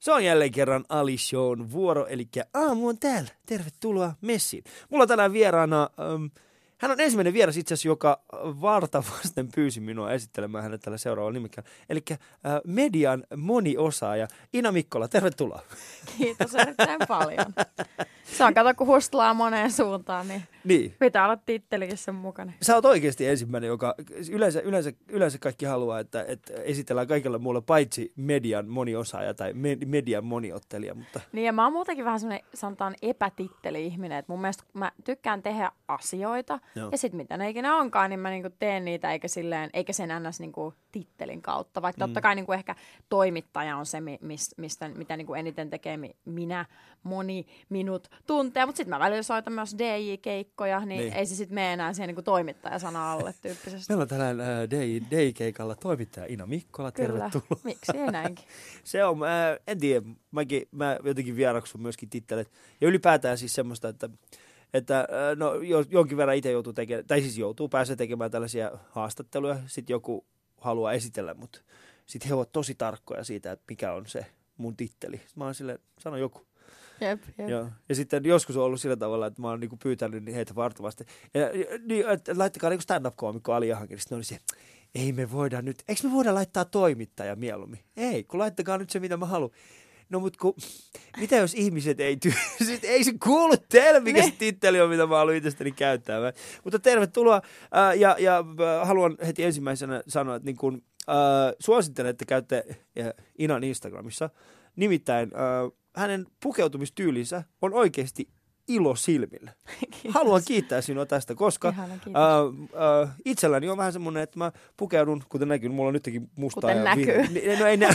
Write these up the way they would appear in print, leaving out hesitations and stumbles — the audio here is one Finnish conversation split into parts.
Se on jälleen kerran Ali Shown vuoro, eli aamu on täällä. Tervetuloa messiin. Mulla on tänään vieraana, hän on ensimmäinen vieras itse asiassa, joka varta vasten pyysi minua esittelemään hänet tällä seuraavalla nimikkeellä. Eli median moniosaaja Ina Mikkola, tervetuloa. Kiitos erittäin paljon. Se on, kato kun hustlaa moneen suuntaan, niin pitää olla tittelikin sen mukana. Sä oot oikeasti ensimmäinen, joka yleensä kaikki haluaa, että esitellään kaikilla muulla paitsi median moniosaaja tai median moniottelija. Mutta... Niin ja mä oon muutenkin vähän semmoinen, sanotaan epätitteli-ihminen, että mun mielestä mä tykkään tehdä asioita. Joo. Ja sitten mitä ne ikinä onkaan, niin mä niinku teen niitä eikä sen ns. Niinku tittelin kautta. Vaikka totta kai niinku ehkä toimittaja on se, mitä niinku eniten tekee moni minut tuntee. Mutta sitten mä välillä soitan myös DJ-keikkoja, niin ei se sitten mene enää siihen niinku toimittaja-sana alle tyyppisesti. Meillä on tänään DJ-keikalla toimittaja Ina Mikkola, tervetuloa. Kyllä, miksi ei näinkin? Se on, en tiedä, mä jotenkin vieraksun myöskin tittelet. Ja ylipäätään siis semmoista, että no jonkin verran itse joutuu tekemään, tai siis pääsee tekemään tällaisia haastatteluja, sitten joku haluaa esitellä, mutta sitten he ovat tosi tarkkoja siitä, että mikä on se mun titteli. Mä oon silleen, sano joku. Jep. Joo. Ja sitten joskus on ollut sillä tavalla, että mä oon niinku pyytänyt heitä vartavasti. Että laittakaa niinku stand-up-koomikko Ali Jahankin. Sitten ne oli se, ei me voida nyt, eikö me voida laittaa toimittaja mieluummin? Ei, kun laittakaa nyt se, mitä mä haluan. No mut mitä jos ihmiset ei ei se kuulu teille, mikä se titteli on, mitä mä haluan itsestäni käyttää. Mutta tervetuloa ja haluan heti ensimmäisenä sanoa, että niin kun, suosittelen, että käytte Inan Instagramissa. Nimittäin hänen pukeutumistyylinsä on oikeasti ilo silmille. Haluan kiittää sinua tästä, koska itselläni on vähän semmoinen, että mä pukeudun, kuten näkyy, mulla on nytkin mustaa. Kuten näkyy. No ei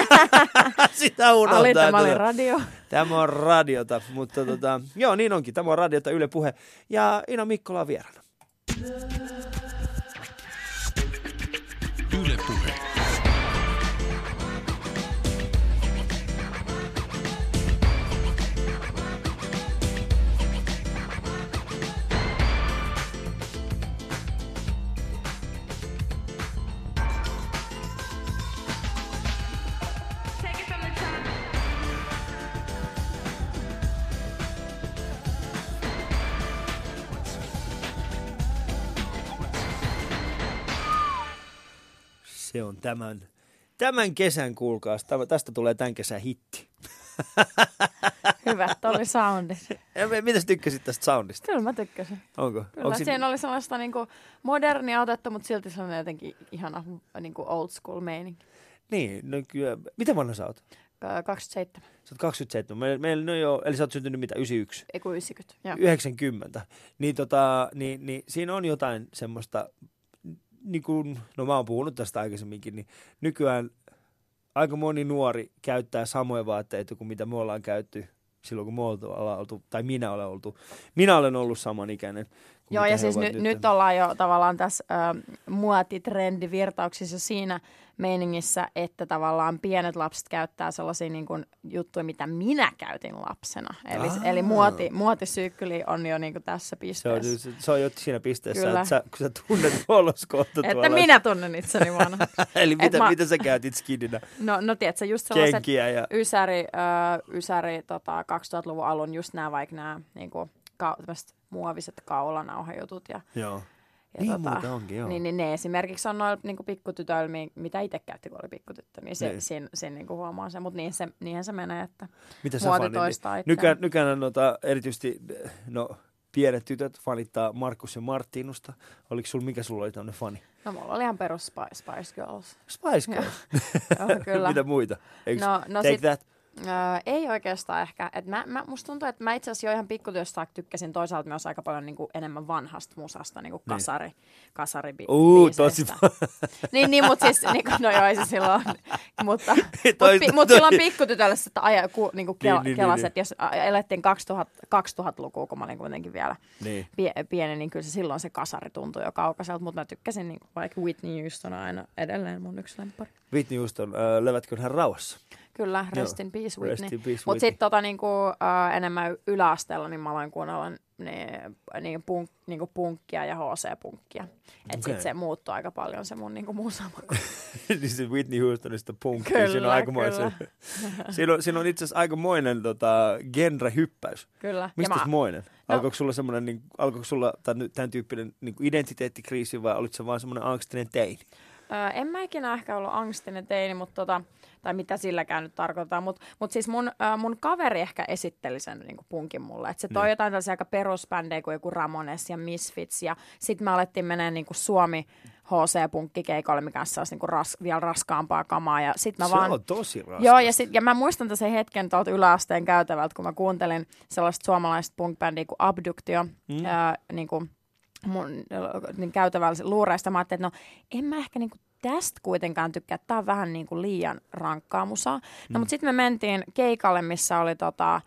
sitä unohtaa. Tämä oli radio. Tämä on radiota, mutta joo niin onkin. Tämä on radiota Yle Puhe ja Ina Mikkola on vieraana. Yle Puhe. Se on tämän kesän, kuulkaas. Tästä tulee tämän kesän hitti. Hyvät oli soundit. Mitäs tykkäsit tästä soundista? Kyllä mä tykkäsin. Onko? Kyllä, siinä oli sellaista niinku modernia otetta, mutta silti sellainen jotenkin ihana niinku old school meininki. Niin, no kyllä. Mitä vanha sä oot? 27. Sä oot 27. Meillä no joo, eli sä oot syntynyt mitä, 91? Eiku 90, joo. 90. Niin siinä on jotain semmoista... Niin kuin, no mä oon puhunut tästä aikaisemminkin, niin nykyään aika moni nuori käyttää samoja vaatteita kuin mitä me ollaan käytty silloin, kun me ollaan oltu, tai minä olen ollut samanikäinen. Joo, ja siis nyt ollaan jo tavallaan tässä muotitrendivirtauksissa siinä meiningissä, että tavallaan pienet lapset käyttää sellaisia niin kuin juttuja, mitä minä käytin lapsena. Eli muotisykli on jo niin kuin tässä pisteessä. Se on jo siinä pisteessä, että kun sä tunnet olosi kohta tuolla. Että minä tunnen itseni vanhaksi. Eli mitä sä käytit skidinä? No tiedätkö, just sellaiset kenkiä ja... ysäri 2000-luvun alun, just vaikka nämä niin kuin, muoviset kaulanauhajutut. Joo. Ja niin muuta onkin, joo. Niin ne esimerkiksi on noilla niinku pikkutytöillä, mitä itse käytti, kun oli pikkutyttö, niin sen niinku huomaa sen. Mutta niinhän se menee, että mitä muoti toistaa itseään. Nykyään erityisesti pienet tytöt fanittaa Markus ja Martinusta. Mikä sulla oli tämmöinen fani? No mulla oli ihan perus Spice Girls. Spice Girls? Joo, kyllä. Mitä muita? No Take That? Ei oikeastaan ehkä. Musta tuntuu, että mä itse asiassa jo ihan pikkutyöstä tykkäsin toisaalta myös aika paljon niinku enemmän vanhasta musasta, niinku kasaribiiseistä. niin, mutta siis, niinku, no joo, ei se silloin. Mutta silloin pikkutytölle sitä niinku kelasi, että jos elettiin 2000-lukua, kun mä olin kuitenkin vielä pieni, niin kyllä se silloin se kasari tuntui jo kaukaiselta, mutta mä tykkäsin niinku, vaikka Whitney Houston aina edelleen mun yksi lemppari. Whitney Houston, levätkö hän rauhassa? Kyllä, rest in peace Whitney. Mutta sitten niinku, enemmän yläasteella niin mä aloin kuunnella niinku punkkia ja HC-punkkia. Et sit se muuttui aika paljon se mun niinku musamaku. Niin se Whitney Houstonista punkki. Kyllä. Siinä on itse asiassa aikamoinen genre-hyppäys. Kyllä. Mistä moinen? Alkoiko sulla semmoinen, niin, tämän tyyppinen niin identiteettikriisi vai olitko se vaan semmoinen angstinen teini? En mä ikinä ehkä ollut angstinen teini, mutta tai mitä silläkään nyt tarkoittaa, mutta siis mun kaveri ehkä esitteli sen niin kuin punkin mulle, että se toi jotain tällaisia aika perusbändejä kuin joku Ramones ja Misfits, ja sitten me alettiin mennä niin kuin Suomi HC-punkkikeikolle, mikä olisi niin kuin vielä raskaampaa kamaa, ja sit mä se on tosi raskasta. Joo, ja mä muistan sen hetken tuolta yläasteen käytävältä, kun mä kuuntelin sellaista suomalaista punk-bändiä kuin Abduktio, niin kuin mun käytävällä luureista, mä ajattelin, että no en mä ehkä niinku tästä kuitenkaan tykkää, että tää on vähän niinku liian rankkaa musaa. No mutta sitten me mentiin keikalle, missä oli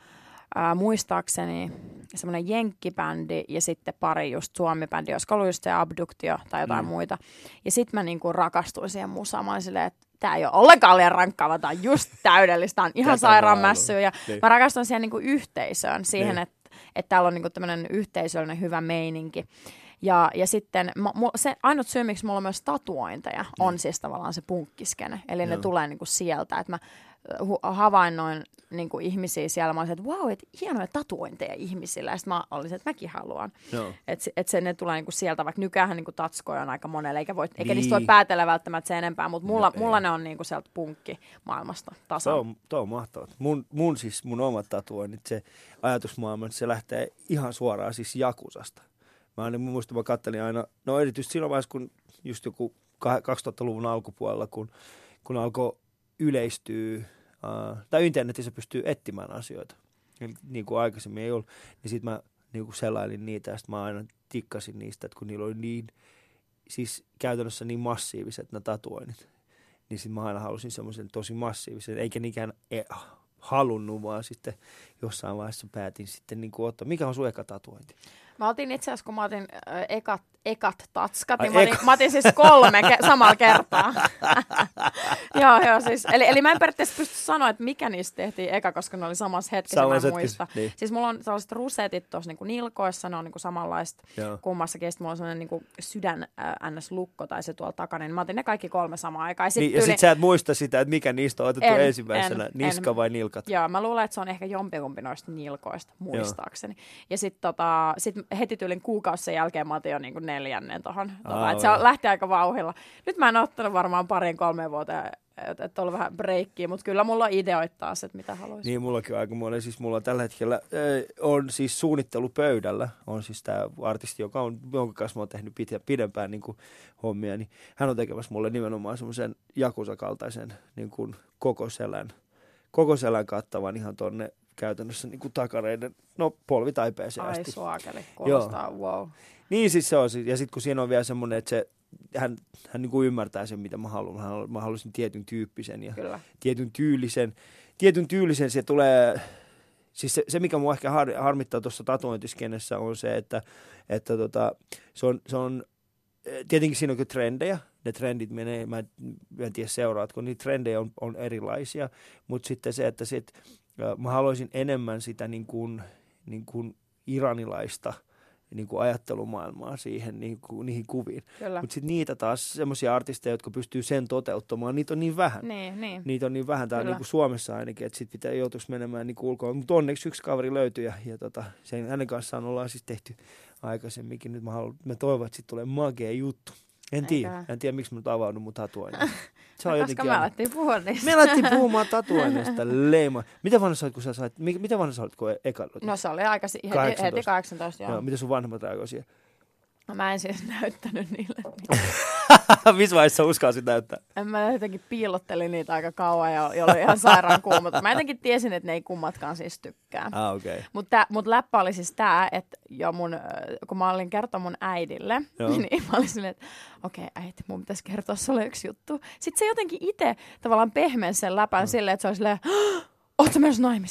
muistaakseni semmoinen jenkkibändi ja sitten pari just suomi-bändi, olisiko ollut just se Abduktio tai jotain muita. Ja sitten mä niinku rakastuin siihen musaan, mä olin silleen, että tää ei ole ollenkaan liian rankkaa, vaan tää on just täydellistä, tää on ihan sairaan mässyä. Ja mä rakastuin siihen niinku yhteisöön, siihen, että täällä on niinku tämmöinen yhteisöllinen hyvä meininki. Ja sitten se ainut syy, miksi mulla on myös tatuointeja, on siis tavallaan se punkkiskene. Eli ne tulee niinku sieltä, että mä havainnoin niinku ihmisiä siellä. Mä olisin, että vau, että hienoja tatuointeja ihmisillä. Ja sitten mä olisin, että mäkin haluan. Että ne tulee niinku sieltä, vaikka nykyään niinku tatskoja on aika monelle, eikä niistä voi päätellä välttämättä sen enempää, mutta mulla ne on niinku sieltä punkkimaailmasta tasan. Tuo on mahtavaa. Mun omat tatuoinnit, se ajatusmaailma, se lähtee ihan suoraan siis Jakusasta. Mä kattelin aina, no erityisesti siinä vaiheessa, kun just joku 2000-luvun alkupuolella, kun alkoi yleistyä, tai internetissä pystyy etsimään asioita, niin kuin aikaisemmin ei ollut, niin sitten mä niin kuin selailin niitä, ja sitten mä aina tikkasin niistä, että kun niillä oli niin, siis käytännössä niin massiiviset nämä tatuoinnit, niin sitten mä aina halusin semmoisen tosi massiivisen, eikä niinkään halunnut, vaan sitten jossain vaiheessa päätin sitten niin kuin ottaa. Mikä on sun eka tatuointi? Mä otin itse asiassa, kun mä otin ekat tatskat, niin mä otin siis 3 samalla kertaa. joo, siis, eli mä en periaatteessa pysty sanoa, että mikä niistä tehtiin eka, koska ne oli samassa hetkessä, mä en muista. Niin. Siis mulla on sellaiset rusetit tuossa niinku nilkoissa, ne on niinku samanlaista kummassakin, ja sitten mulla on sellainen niinku sydän NS-lukko tai se tuolla takana, niin mä otin ne kaikki 3 samaan aikaan. Ja sit sä et muista sitä, että mikä niistä on otettu ensimmäisenä, niska vai nilkat? Joo, mä luulen, että se on ehkä jompikumpi noista nilkoista, muistaakseni. Ja sitten sit heti tyylin kuukausi sen jälkeen mä otin jo niinku 4. tohon. Että se lähti aika vauhdilla. Nyt mä en ottanut varmaan 2-3 vuoteen, että on vähän breikkiä, mutta kyllä mulla on ideoita taas, että mitä haluaisin. Niin, mullakin on aika monen. Siis mulla tällä hetkellä on siis suunnittelupöydällä, on siis tämä artisti, jonka kanssa mä oon tehnyt pidempään niin kuin hommia, niin hän on tekemässä mulle nimenomaan semmoisen Jakusa-kaltaisen niin kuin koko selän kattavan ihan tonne käytännössä niin kuin takareiden, polvitaipeeseen asti. Ai suakeli, kuulostaa wow. Niin siis se on, ja sitten kun siinä on vielä semmoinen, että hän niin kuin ymmärtää sen, mitä mä haluan. Mä haluaisin tietyn tyyppisen ja kyllä. Tietyn tyylisen se tulee, siis se mikä mua ehkä harmittaa tuossa tatuointiskenessä on se, että se on tietenkin siinä on kyllä trendejä. Ne trendit menee, mä en tiedä seuraatko, niitä trendejä on erilaisia, mutta sitten se, että mä haluaisin enemmän sitä niin kuin iranilaista niin kuin ajattelumaailmaa siihen, niihin kuviin. Mutta sitten niitä taas, semmoisia artisteja, jotka pystyy sen toteuttamaan, niitä on niin vähän. Niin. Niitä on niin vähän, täällä niin kuin Suomessa ainakin, että sitten pitää joutuisi menemään niin ulkoon. Mutta onneksi yksi kaveri löytyi ja hänen kanssaan ollaan siis tehty aikaisemminkin. Nyt mä toivon, että sitten tulee magea juttu. En tiedä, miksi mä nyt avannut mun tatuoinnin. Koska me alettiin puhua niistä. Me alettiin puhumaan tatuoinneista, leima. Mitä vanha sä olit, kun eka? No se oli heti 18, joo. Mitä sun vanhemmat reagoi siihen? No, mä en siis näyttänyt niille. Missä vaiheessa uskalsit näyttää? Mä jotenkin piilottelin niitä aika kauan ja oli ihan sairaan kuuma. Mä jotenkin tiesin, että ne ei kummatkaan siis tykkää. Okay. Mutta läppä oli siis tää, että kun mä olin kertoa mun äidille, niin mä olin silleen, että okei, äiti, mun pitäisi kertoa sulle yksi juttu. Sitten se jotenkin itse tavallaan pehmensi sen läpän silleen, että se oli silleen, ootko sä menossa naimisiin?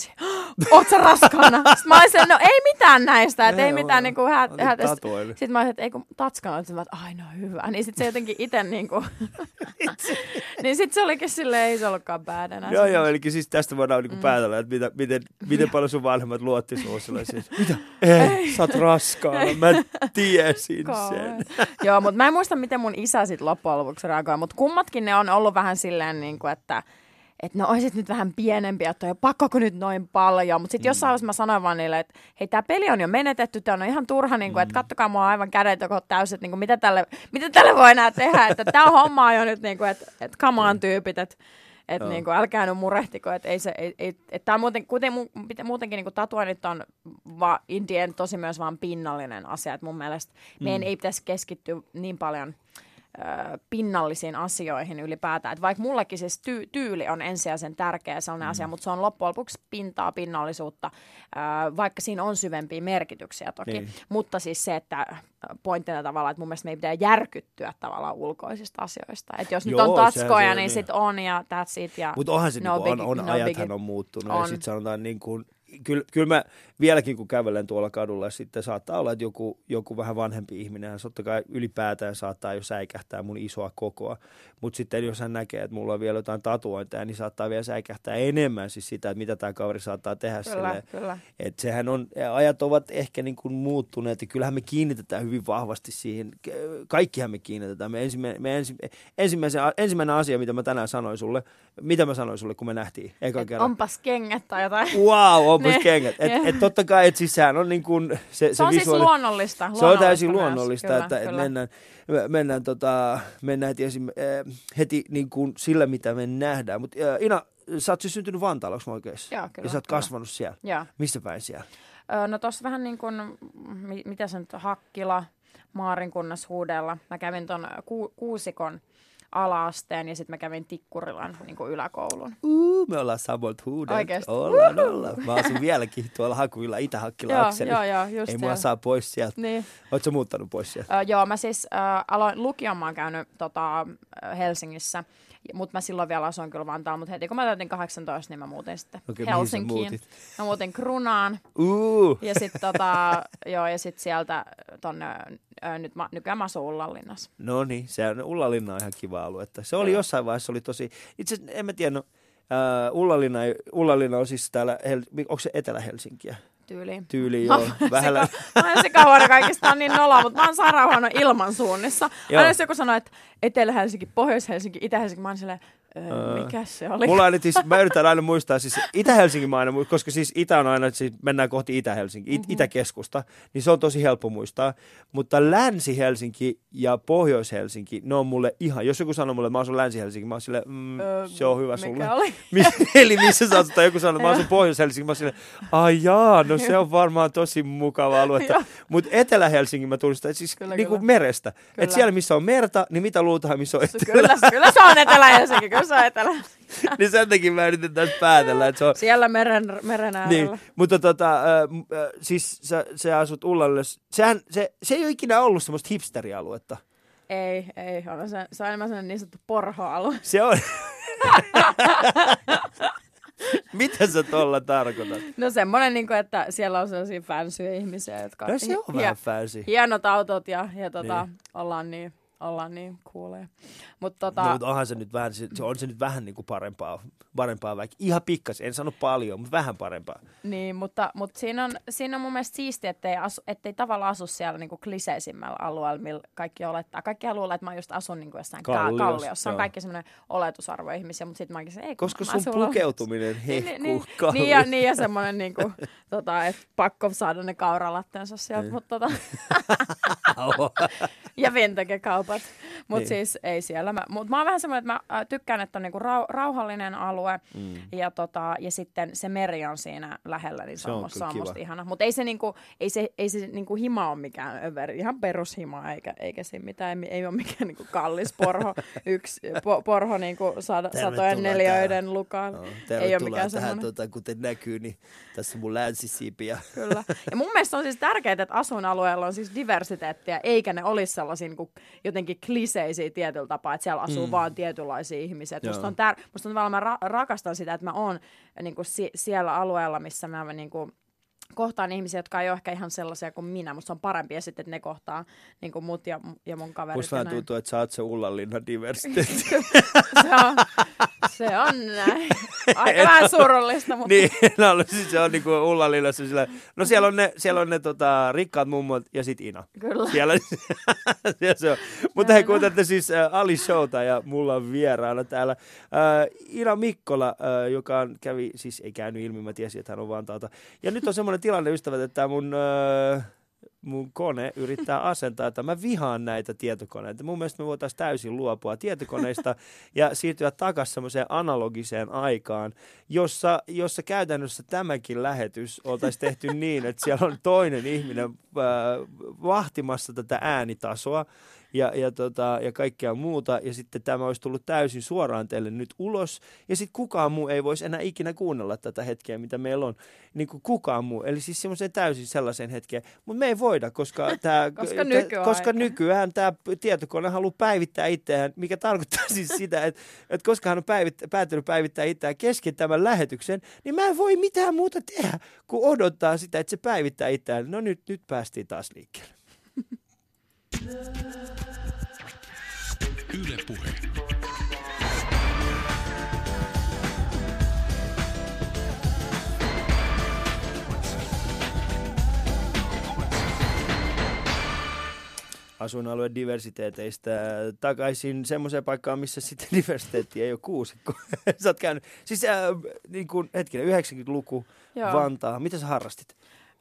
oot sä raskaana? Sitten mä olin no ei mitään näistä, että ei mitään niinku Sitten mä olin, että ei kun tatskana, että ai no hyvä. Niin sitten se jotenkin itse niinku, niin sitten se olikin silleen, ei se ollutkaan bad enää. Joo, eli siis tästä voidaan niinku päätellä, että miten paljon sun vanhemmat luotti sun sellaisia, mitä? Ei, sä oot raskaana, mä tiesin sen. Joo, mutta mä en muista, miten mun isä sit loppujen lopuksi reagoi, mutta kummatkin ne on ollut vähän silleen, niinku, että no oisit nyt vähän pienempi, että on pakkoko nyt noin paljon. Mutta sitten jossain vaiheessa mä sanoin vaan niille, että hei, tää peli on jo menetetty, tää on ihan turha, niinku, että kattokaa mua aivan kädet joko täyset, niinku, mitä tälle voi enää tehdä, että tää homma on jo nyt, niinku, että come on tyypit, että niinku, älkää nyt murehtiko, että tää on muutenkin niinku, tatuoinnit on in the end tosi myös vaan pinnallinen asia, että mun mielestä meidän ei pitäisi keskittyä niin paljon pinnallisiin asioihin ylipäätään. Et vaikka mullakin siis tyyli on ensisijaisen tärkeä sellainen asia, mutta se on loppujen lopuksi pinnallisuutta, vaikka siinä on syvempiä merkityksiä toki. Niin. Mutta siis se, että pointtina tavallaan, että mun mielestä me ei pitää järkyttyä tavallaan ulkoisista asioista. Että jos nyt on tatskoja, niin sit on ja that's it. Mutta onhan se, ajathan on muuttunut. Ja sitten sanotaan niin kuin kyllä mä vieläkin, kun kävelen tuolla kadulla, sitten saattaa olla, että joku vähän vanhempi ihminen, totta kai ylipäätään saattaa jo säikähtää mun isoa kokoa, mutta sitten jos hän näkee, että mulla on vielä jotain tatuointeja, niin saattaa vielä säikähtää enemmän siis sitä, että mitä tämä kaveri saattaa tehdä silleen. Että sehän on, ajat ovat ehkä niin kuin muuttuneet, ja kyllähän me kiinnitetään hyvin vahvasti siihen, kaikkihan me kiinnitetään. Ensimmäinen asia, mitä mä tänään sanoin sulle, kun me nähtiin eka kerran. Onpas kengät tai jotain. Wow, onpas kengät. Et totta kai, että siis sehän on niin kuin se on siis luonnollista. Se on täysin luonnollista, kyllä, että mennään heti niin kuin sillä, mitä me nähdään. Mutta Ina, sä oot siis syntynyt Vantaalla, onko mä oikeassa? Joo, kyllä. Ja sä oot kasvanut siellä. Joo. Missä päin siellä? No tossa vähän niin kuin, mitä se nyt, Hakkila, Maarinkunnassa Huudella. Mä kävin ton Kuusikon ala-asteen ja sitten mä kävin Tikkurilan niin kuin yläkoulun. Me ollaan samoilta Huudelta. Oikeesti? Ollaan. Mä asun vieläkin tuolla Hakuvilla Itä-Hakkila akseli. Joo, just ei mua saa pois sieltä. Niin. Ootko sä muuttanut pois sieltä? Joo, mä siis aloin lukion, mä oon käynyt Helsingissä. Mutta mä silloin vielä asuin kyllä Vantaalla, mutta heti kun mä täytin 18, niin mä muutin sitten Helsinkiin. Mä muutin Krunaan. Ja sitten sit sieltä tonne, nykyään mä asun Ullanlinnassa. No niin, Ullanlinna on ihan kiva alue. Se oli jossain vaiheessa, oli tosi, itse asiassa en mä tiedä, Ullanlinna on siis täällä, onko se Etelä-Helsinkiä? Tyyliin, joo. Vähällä. Mä oon sikahuono kaikista on niin nolla, mutta mä oon sairaan huono ilmansuunnissa. Aina jos joku sanoo, että Etelä-Helsinki, Pohjois-Helsinki, Itä-Helsinki, mä oon silleen, mikä se oli? Mulla aina, siis, mä yritän aina muistaa, siis Itä-Helsinki mä aina, koska siis Itä on aina, siis mennään kohti Itä-Helsinki, Itäkeskusta, niin se on tosi helppo muistaa. Mutta Länsi-Helsinki ja Pohjois-Helsinki, ne on mulle ihan, jos joku sanoo mulle, että mä asun Länsi-Helsinki, mä oon silleen, se on hyvä sulle. Mikä oli? Eli missä sä asut, tai joku sanoo, että mä asun Pohjois-Helsinki, mä oon silleen, ai jaa, no se on varmaan tosi mukava aluetta. Mutta Etelä-Helsinki mä tunnistan, siis niinku merestä. Että siellä missä on merta, niin mitä luultaan, missä on Kyllä se on Etelä-Helsinki, kyllä se on Etelä. Niin sen takia mä yritän tässä päätellä, että se on... Siellä meren äärellä. Niin, mutta siis sä asut Ullanlinnassa. Se ei ole ikinä ollut semmoista hipsterialuetta. Ei. Se on enemmän sellainen niin sanottu porhoalue. Se on. Mitä sä tuolla tarkoitat? No semmoinen, niin että siellä on sellaisia fansyjä ihmisiä, jotka... No se on vähän fancy. Hienot autot ja ollaan niin cooleja. Mutta no, mutta onhan se nyt vähän, on se nyt vähän niin kuin parempaa vaikka. Ihan pikkasen, en sano paljon, mutta vähän parempaa. Niin, mutta siinä on mun mielestä siistiä, ettei tavallaan asu siellä niin kuin kliseisimmällä alueella, millä kaikki olettaa. Kaikki luulee, että mä just asun niin kuin jossain kalliossa. On kaikki semmoinen oletusarvo ihmisiä, mutta sitten mä oikein ei. Koska sun pukeutuminen hehkuu niin ja semmoinen, niin kuin, että pakko saada ne kauralattensa sieltä. Mutta ja vintage-kaupat. Mutta siis ei siellä. Mutta mä oon vähän semmoinen, että mä tykkään, että on niinku rauhallinen alue ja sitten se meri on siinä lähellä, niin se on musta ihana. Mutta ei se niinku hima ole mikään ihan perushima, eikä se mitään, ei ole mikään niinku kallis porho, porho niinku satojen neliöiden lukaan. No, tervetuloa tähän, kuten näkyy, niin tässä on mun länsisiipi. Kyllä. Ja mun mielestä on siis tärkeää, että asuinalueella on siis diversiteettiä, eikä ne olisi sellaisia niin kuin, jotenkin kliseisiä tietyllä tapaa, että siellä asuu vaan tietynlaisia ihmisiä. Musta on tavallaan mä rakastan sitä, että mä oon niin kuin siellä alueella, missä mä niin kuin, kohtaan ihmisiä, jotka ei ole ehkä ihan sellaisia kuin minä. Musta on parempi ja sitten, että ne kohtaa niin kuin mut ja mun kaverit. Musta vähän tuntuu, että sä oot se Ullanlinnan diversiteetti. se on näin. Aika vähän surullista, mutta... Niin, no, siis se on niin kuin Ullanlinnassa sillä... No siellä on ne rikkaat mummot ja sit Ina. Kyllä. Siellä se on. Mutta hei, kuuntelette siis Ali Showta ja mulla on vieraana täällä Ina Mikkola, joka kävi, siis ei käynyt ilmi, mä tiesin, että hän on Vantaalta. Ja nyt on semmoinen tilanne, ystävät, että mun kone yrittää asentaa, että mä vihaan näitä tietokoneita. Mun mielestä me voitaisiin täysin luopua tietokoneista ja siirtyä takaisin semmoiseen analogiseen aikaan, jossa käytännössä tämäkin lähetys oltaisiin tehty niin, että siellä on toinen ihminen vahtimassa tätä äänitasoa ja kaikkea muuta, ja sitten tämä olisi tullut täysin suoraan teille nyt ulos, ja sitten kukaan muu ei voisi enää ikinä kuunnella tätä hetkeä, mitä meillä on, niin kuin kukaan muu, eli siis semmoiseen täysin sellaiseen hetkeen, mutta me ei voida, koska nykyään tämä tietokone haluaa päivittää itseään, mikä tarkoittaa siis sitä, että koska hän on päättänyt päivittää itseään kesken tämän lähetyksen, niin mä en voi mitään muuta tehdä, kuin odottaa sitä, että se päivittää itseään. No nyt päästiin taas liikkeelle. Yle Puhe. Asuinalueen diversiteeteistä takaisin semmoiseen paikkaan, missä sitten diversiteetti ei ole kuusikko. Sä oot käynyt, siis niin kuin hetkinen, 90-luku, Joo. Vantaa. Mitä sä harrastit?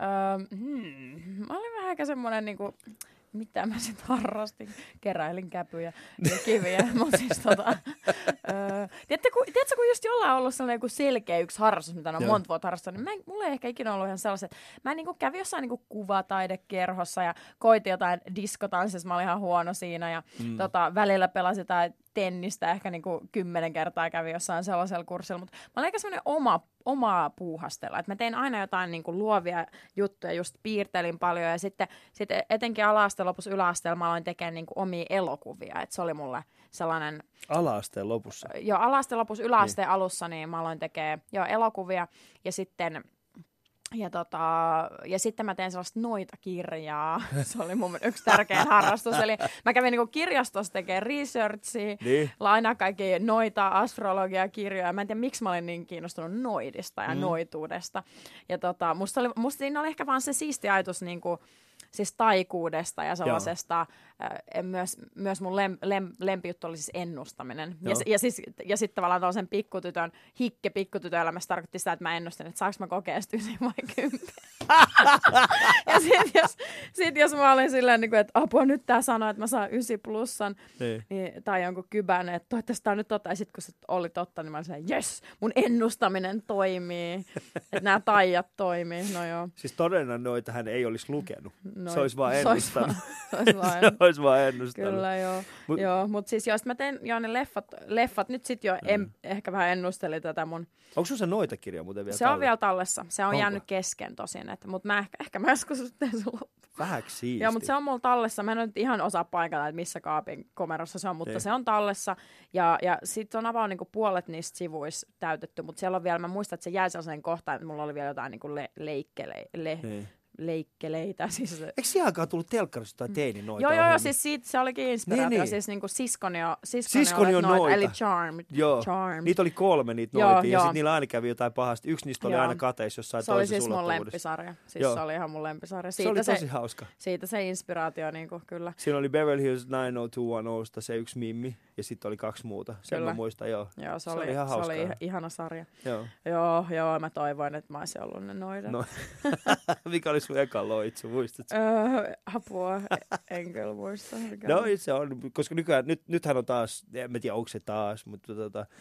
Mä olin vähän aika semmoinen niinku... Mitä mä sitten harrastin? Keräilin käpyjä ja kiviä. Siis, tiedätkö, kun just jollain on ollut sellainen joku selkeä yksi harrastus, mitä on monta vuotta harrastanut, niin mulla ei ehkä ikinä ollut ihan sellaiset. Mä niinku kävin jossain niinku kuvataidekerhossa ja koitin jotain diskotanssissa, mä olin ihan huono siinä. Ja välillä pelasin jotain tennistä, ehkä niinku 10 kertaa kävin jossain sellaisella kurssilla. Mutta mä olin aika sellainen omaa puuhastella. Et mä tein aina jotain niinku luovia juttuja, just piirtelin paljon ja sitten etenkin ala-asteen lopussa yläasteella mä aloin tekemään niinku omia elokuvia. Et se oli mulle sellainen... Ala-asteen lopussa? Joo, ala-asteen lopussa, yläasteen alussa niin mä aloin tekemään elokuvia ja sitten... Ja sitten mä tein sellaista noitakirjaa. Se oli mun yksi tärkein harrastus. Eli mä kävin niinku kirjastossa tekemään researchia, lainaa kaikki noita, astrologiakirjoja. Mä en tiedä, miksi mä olin niin kiinnostunut noidista ja noituudesta. Ja musta siinä oli ehkä vaan se siisti ajatus niinku, siis taikuudesta ja sellaisesta, myös mun lempijuttu oli siis ennustaminen. Ja sitten tavallaan tällaisen pikkutytön elämässä tarkoitti sitä, että mä ennustin, että saanko mä kokea 9 vai 10. Ja sit jos mä olin silleen, että apua nyt tää sanoo, että mä saan 9+, niin, tai jonkun kybän, että toivottavasti tää on nyt totta. Ja sit kun se oli totta, niin mä olin silleen, jes, mun ennustaminen toimii. Että nämä taijat toimii. No joo. Siis todella noita hän ei olisi lukenut. Se olisi vaan ennustanut. Se olisi vaan ennustanut. Kyllä, joo. Mutta siis jos mä tein ne leffat nyt sit jo ehkä vähän ennusteli tätä mun... Onko sun se noitakirja muuten vielä Se on vielä tallessa. Se on jäänyt kesken tosin. Mutta ehkä mä joskus teen sen loppuun. Vähäksi siisti. Joo, mutta se on mulla tallessa. Mä en nyt ihan osaa paikata, että missä kaapin komerossa se on, mutta se on tallessa. Ja sitten on about niinku puolet niistä sivuista täytetty, mutta siellä on vielä, mä muistan, että se jäi sellaiseen kohtaan, että mulla oli vielä jotain niinku leikkeleitä. Siis... Eikö siihen aikaan tullut telkkarista tai teini noita? Joo, siis siitä se olikin inspiraatio. Niin. Siis niinku siskoni on noita, eli Charmed. Joo, niitä oli 3 niitä noitia, ja sitten niillä aina kävi jotain pahasti. Yksi niistä oli aina kateissa jossain toisessa ulottuvuudessa. Se oli siis mun lempisarja. Siis se oli ihan mun lempisarja. Se oli tosi hauska. Siitä se inspiraatio, niinku, kyllä. Siinä oli Beverly Hills 90210 se yksi mimmi, ja sitten oli 2 muuta. Sen mä muistan, joo. Joo, se oli ihan hauskaa. Se oli ihana sarja. Joo, mä toivoin, että mä olisin ollut ne noidat. No. Mikä oli sun eka loitsu, muistatko? Apua, en kyllä muista. No se on, koska nythän on taas, en tiedä onko se taas, mutta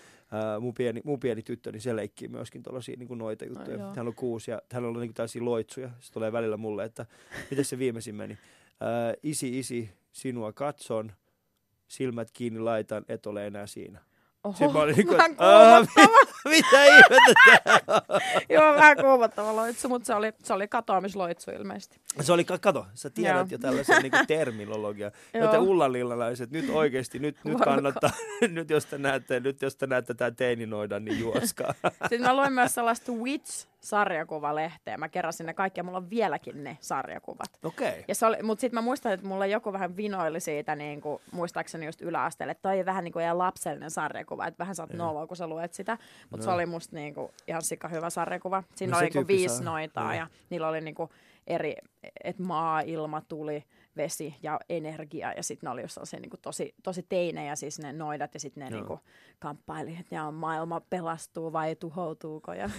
mun pieni tyttö, niin se leikkii myöskin tuollaisia niin noita juttuja. Hän on 6 ja hän on niin tällaisia loitsuja. Se tulee välillä mulle, että miten se viimeisin meni. Isi, sinua katson, silmät kiinni laitan, et ole enää siinä. Sitten mä olin niin kuin, mitä ihmettä tää on? Joo, vähän kuumottava loitsu, mutta se oli katoamisloitsu ilmeisesti. Se oli, kato, sä tiedät jo tällaisen niin terminologian. Joten ullalillalaiset, nyt oikeasti, nyt kannattaa, nyt jos te näette tämän teininoidan, niin juoskaa. Sitten mä luin myös sellaista Witch-sarjakuvalehteä. Mä keräsin ne kaikki ja mulla on vieläkin ne sarjakuvat. Okei. Mutta sitten mä muistan, että mulla joku vähän vinoili siitä, niin kuin, muistaakseni just yläasteelle, että toi on vähän niin kuin ihan lapsellinen sarjakuva, että vähän sä oot noloa, kun sä luet sitä. Mutta se oli musta niin kuin, ihan sika hyvä sarjakuva. Siinä oli niin 5 noitaa ja niillä oli niin kuin, eri, että maa, ilma, tuli, vesi ja energia. Ja sitten ne oli just sellaisia niin kuin tosi teinejä, siis ne noidat ja sitten ne niin kuin, kamppaili, että maailma pelastuu vai tuhoutuuko. Ja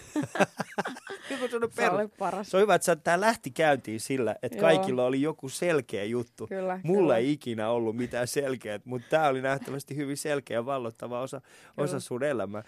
se oli paras. Se on hyvä, että tämä lähti käyntiin sillä, että kaikilla oli joku selkeä juttu. Mulla ei ikinä ollut mitään selkeää, mutta tämä oli nähtävästi hyvin selkeä ja vallottava osa sun elämää.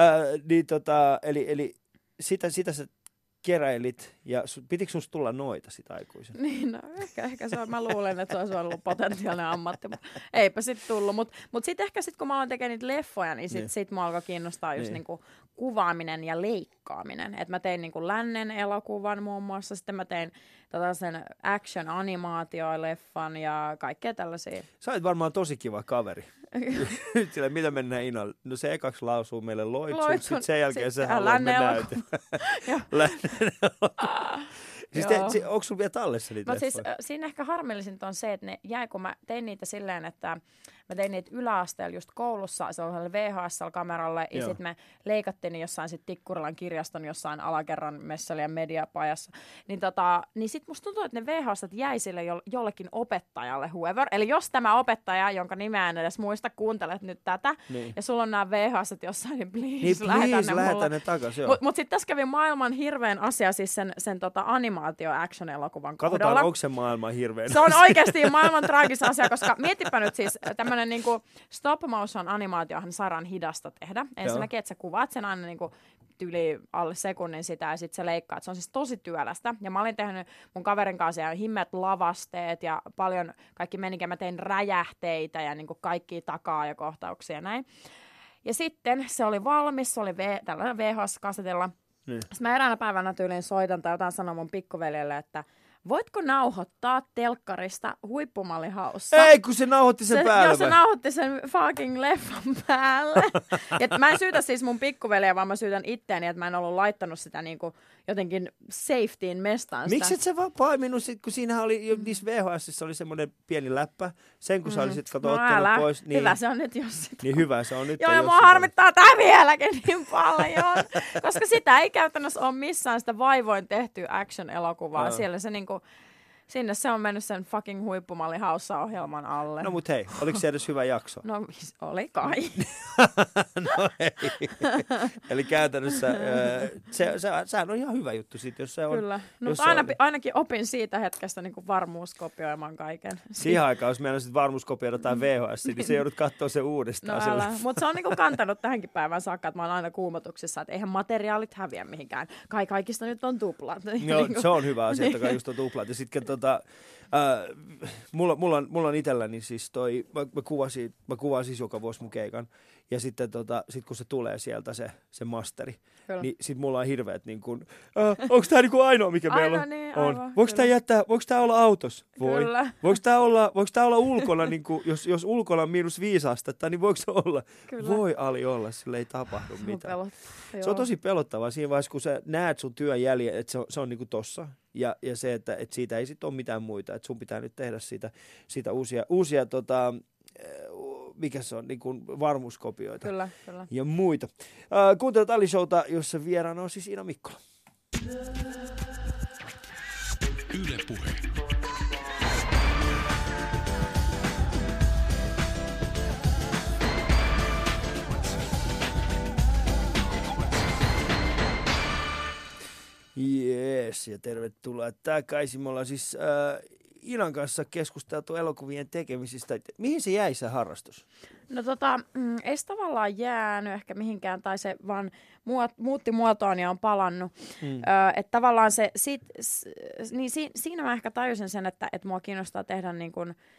Eli sitä sä keräilit, ja pitikö sinusta tulla noita sitä aikuisena? Niin, no ehkä se on, mä luulen, että se olisi ollut potentiaalinen ammatti, mutta eipä sitten tullut. Mutta sitten ehkä sitten, kun mä aloin tekemään niitä leffoja, niin sit mua alkoi kiinnostaa just niinku kuvaaminen ja leikkaaminen. Että mä tein niinku lännen elokuvan muun muassa, sitten mä tein sen action-animaatio-leffan ja kaikkea tällaisia. Sä olet varmaan tosi kiva kaveri. Sillä mitä mennään Inalle? No se ekaksi lausuu meille loitsut, sitten sen jälkeen se haluaa me näytä. Onko sulla vielä tallessa niitä leffoja? Siis, siinä ehkä harmillisinta on se, että ne jäi, kun mä tein niitä silleen, että mä tein niitä yläasteella just koulussa, sellaisella VHS-kameralle, ja sitten me leikattiin ne jossain sit Tikkurilan kirjaston jossain alakerran messali- ja mediapajassa. Niin sit musta tuntuu, että ne VHS jäi sille jollekin opettajalle, whoever. Eli jos tämä opettaja, jonka nimeä en edes muista, kuuntelet nyt tätä, ja sulla on nämä VHS jossain, niin please lähetä ne takaisin. Mutta sitten tässä kävi maailman hirveän asia, siis sen animaatio-action-elokuvan kohdalla. Katsotaan, onko se maailman hirveän Se on oikeasti maailman traagis asia, koska mietipä nyt siis tämmöinen niinku stop motion animaatiohan saadaan hidasta tehdä. Ensinnäkin, että sä kuvaat sen aina niinku yli alle sekunnin sitä ja sitten se leikkaat. Se on siis tosi työlästä. Ja mä olin tehnyt mun kaverin kanssa ja himmet lavasteet ja paljon kaikki menikin. Mä tein räjähteitä ja niinku kaikkia takaa ja kohtauksia ja näin. Ja sitten se oli valmis, se oli tällainen VHS-kasetilla. Sitten mä eräänä päivänä tyyliin soitan tai jotain sanoa mun pikkuveljelle, että voitko nauhoittaa telkkarista huippumallihaussa? Ei, kun se nauhoitti sen päälle. Joo, se nauhoitti sen fucking leffan päälle. Ja mä en syytä siis mun pikkuveliä, vaan mä syytän itteeni, että mä en ollut laittanut sitä niinku jotenkin safetyin mestaan. Miksi et sä vaan paiminut sit, kun siinähän oli, niissä VHSissa oli semmoinen pieni läppä. Sen kun sä olisit ottanut pois. Niin, hyvä se on nyt, jos sitä. Niin hyvä se on nyt. Joo, ja mua harmittaa tää vieläkin niin paljon. Koska sitä ei käytännössä ole missään sitä vaivoin tehtyä action-elokuvaa. Siellä se niinku sinne se on mennyt sen fucking huippumallihaussa-ohjelman alle. No mut hei, oliko se edes hyvä jakso? No oli kai. No ei. Eli käytännössä sehän on ihan hyvä juttu sit, jos se on. Kyllä. No ainakin opin siitä hetkestä niin kuin varmuuskopioimaan kaiken. Siihen aikaan, jos meillä on sitten varmuuskopioida tai VHS, niin se joudut katsoa se uudestaan. No mutta se on niin kuin kantanut tähänkin päivään saakka, että mä oon aina kuumotuksissa, että eihän materiaalit häviä mihinkään. Kaikista nyt on tuplat. Joo, se on hyvä asia, että just on tuplat. Ja sitten mulla on itselläni siis mä kuvaan siis joka vuosi mun keikan. Ja sitten sit kun se tulee sieltä se masteri, kyllä, niin sit mulla on hirveet niin kuin, onko tää niinku ainoa mikä meillä on? Niin, on. Voiko tää olla autossa? Voi. Kyllä. Voiko tää olla ulkona, niin kuin, jos ulkona on -5 astetta, niin voiko se olla? Kyllä. Voi Ali olla, sille ei tapahdu mitään. Se on tosi pelottavaa siinä vaiheessa, kun sä näet sun työn jäljen, että se on niinku tossa. Ja se, että siitä ei sitten ole mitään muita, että sun pitää nyt tehdä siitä uusia mikä se on, niin kuin varmuuskopioita. Kyllä. Ja muita. Kuuntelut Ali-showta, jossa vieraana on siis Iina Mikkola. Yle Puhe. Jees, ja tervetuloa takaisin. Me ollaan siis Inan kanssa keskusteltu elokuvien tekemisistä. Mihin se jäi se harrastus? No ei se tavallaan jäänyt ehkä mihinkään, tai se vaan muutti muotoaan ja on palannut. Että tavallaan siinä mä ehkä tajusin sen, että mua kiinnostaa tehdä niin kuin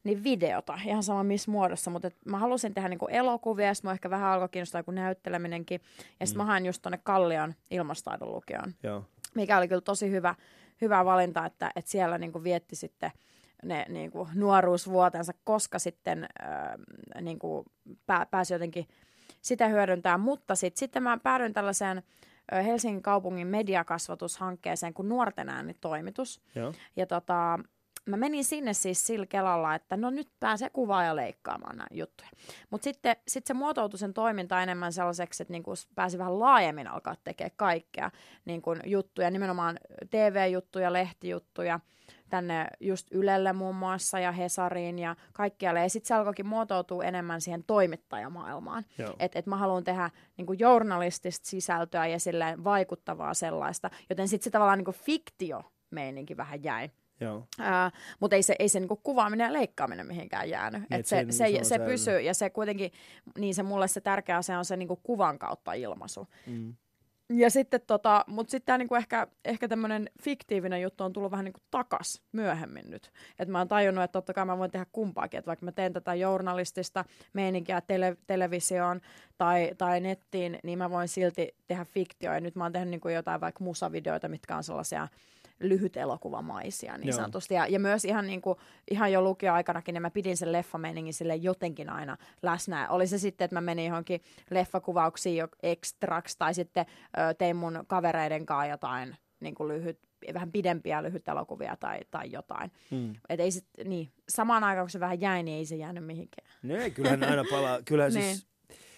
niin videota, ihan sama missä muodossa, mutta mä halusin tehdä niinku elokuvia, ja sitten mä ehkä vähän alkoi kiinnostaa joku näytteleminenkin, ja sitten mä hain just tonne Kallion ilmastaidon lukioon, mikä oli kyllä tosi hyvä valinta, että siellä niinku vietti sitten ne niinku nuoruusvuotensa, koska sitten niinku pääsi jotenkin sitä hyödyntämään, mutta sitten mä päädyin tällaiseen Helsingin kaupungin mediakasvatushankkeeseen kuin Nuorten ääni-toimitus. Ja mä menin sinne siis sillä kelalla, että no nyt pääsee kuvaa ja leikkaamaan näitä juttuja. Mutta sitten se muotoutui sen toiminta enemmän sellaiseksi, että niinku pääsi vähän laajemmin alkaa tekemään kaikkea niinku juttuja, nimenomaan TV-juttuja, lehtijuttuja, tänne just Ylelle muun muassa ja Hesariin ja kaikkialle. Ja sitten se alkoikin muotoutua enemmän siihen toimittajamaailmaan. Että mä haluan tehdä niinku journalistista sisältöä ja silleen vaikuttavaa sellaista. Joten sitten se tavallaan niinku fiktio-meininki vähän jäi. Mutta ei se niinku kuvaaminen ja leikkaaminen mihinkään jäänyt. Et se pysyy ja se kuitenkin, niin se mulle se tärkeä asia on se niinku kuvan kautta ilmaisu. Ja sitten mutta sitten tämä niinku ehkä tämmöinen fiktiivinen juttu on tullut vähän niinku takas myöhemmin nyt. Että mä oon tajunnut, että totta kai mä voin tehdä kumpaakin. Että vaikka mä teen tätä journalistista meininkiä televisioon tai nettiin, niin mä voin silti tehdä fiktioa. Ja nyt mä oon tehnyt niinku jotain vaikka musavideoita, mitkä on sellaisia lyhyt elokuvamaisia niin sanotusti. Ja myös ihan jo lukioaikanakin, niin mä pidin sen leffameiningin sille jotenkin aina läsnä. Oli se sitten, että mä menin johonkin leffakuvauksiin jo ekstraksi, tai sitten tein mun kavereiden kanssa jotain niin kuin vähän pidempiä lyhyt elokuvia tai jotain. Et ei sit, niin, samaan aikaan, kun se vähän jäi, niin ei se jäänyt mihinkään. No ei, kyllähän aina palaa. Kyllähän niin. Siis...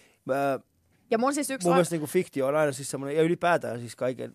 ja mun siis mielestä niin kuin fiktio on aina siis semmoinen, ja ylipäätään siis kaiken...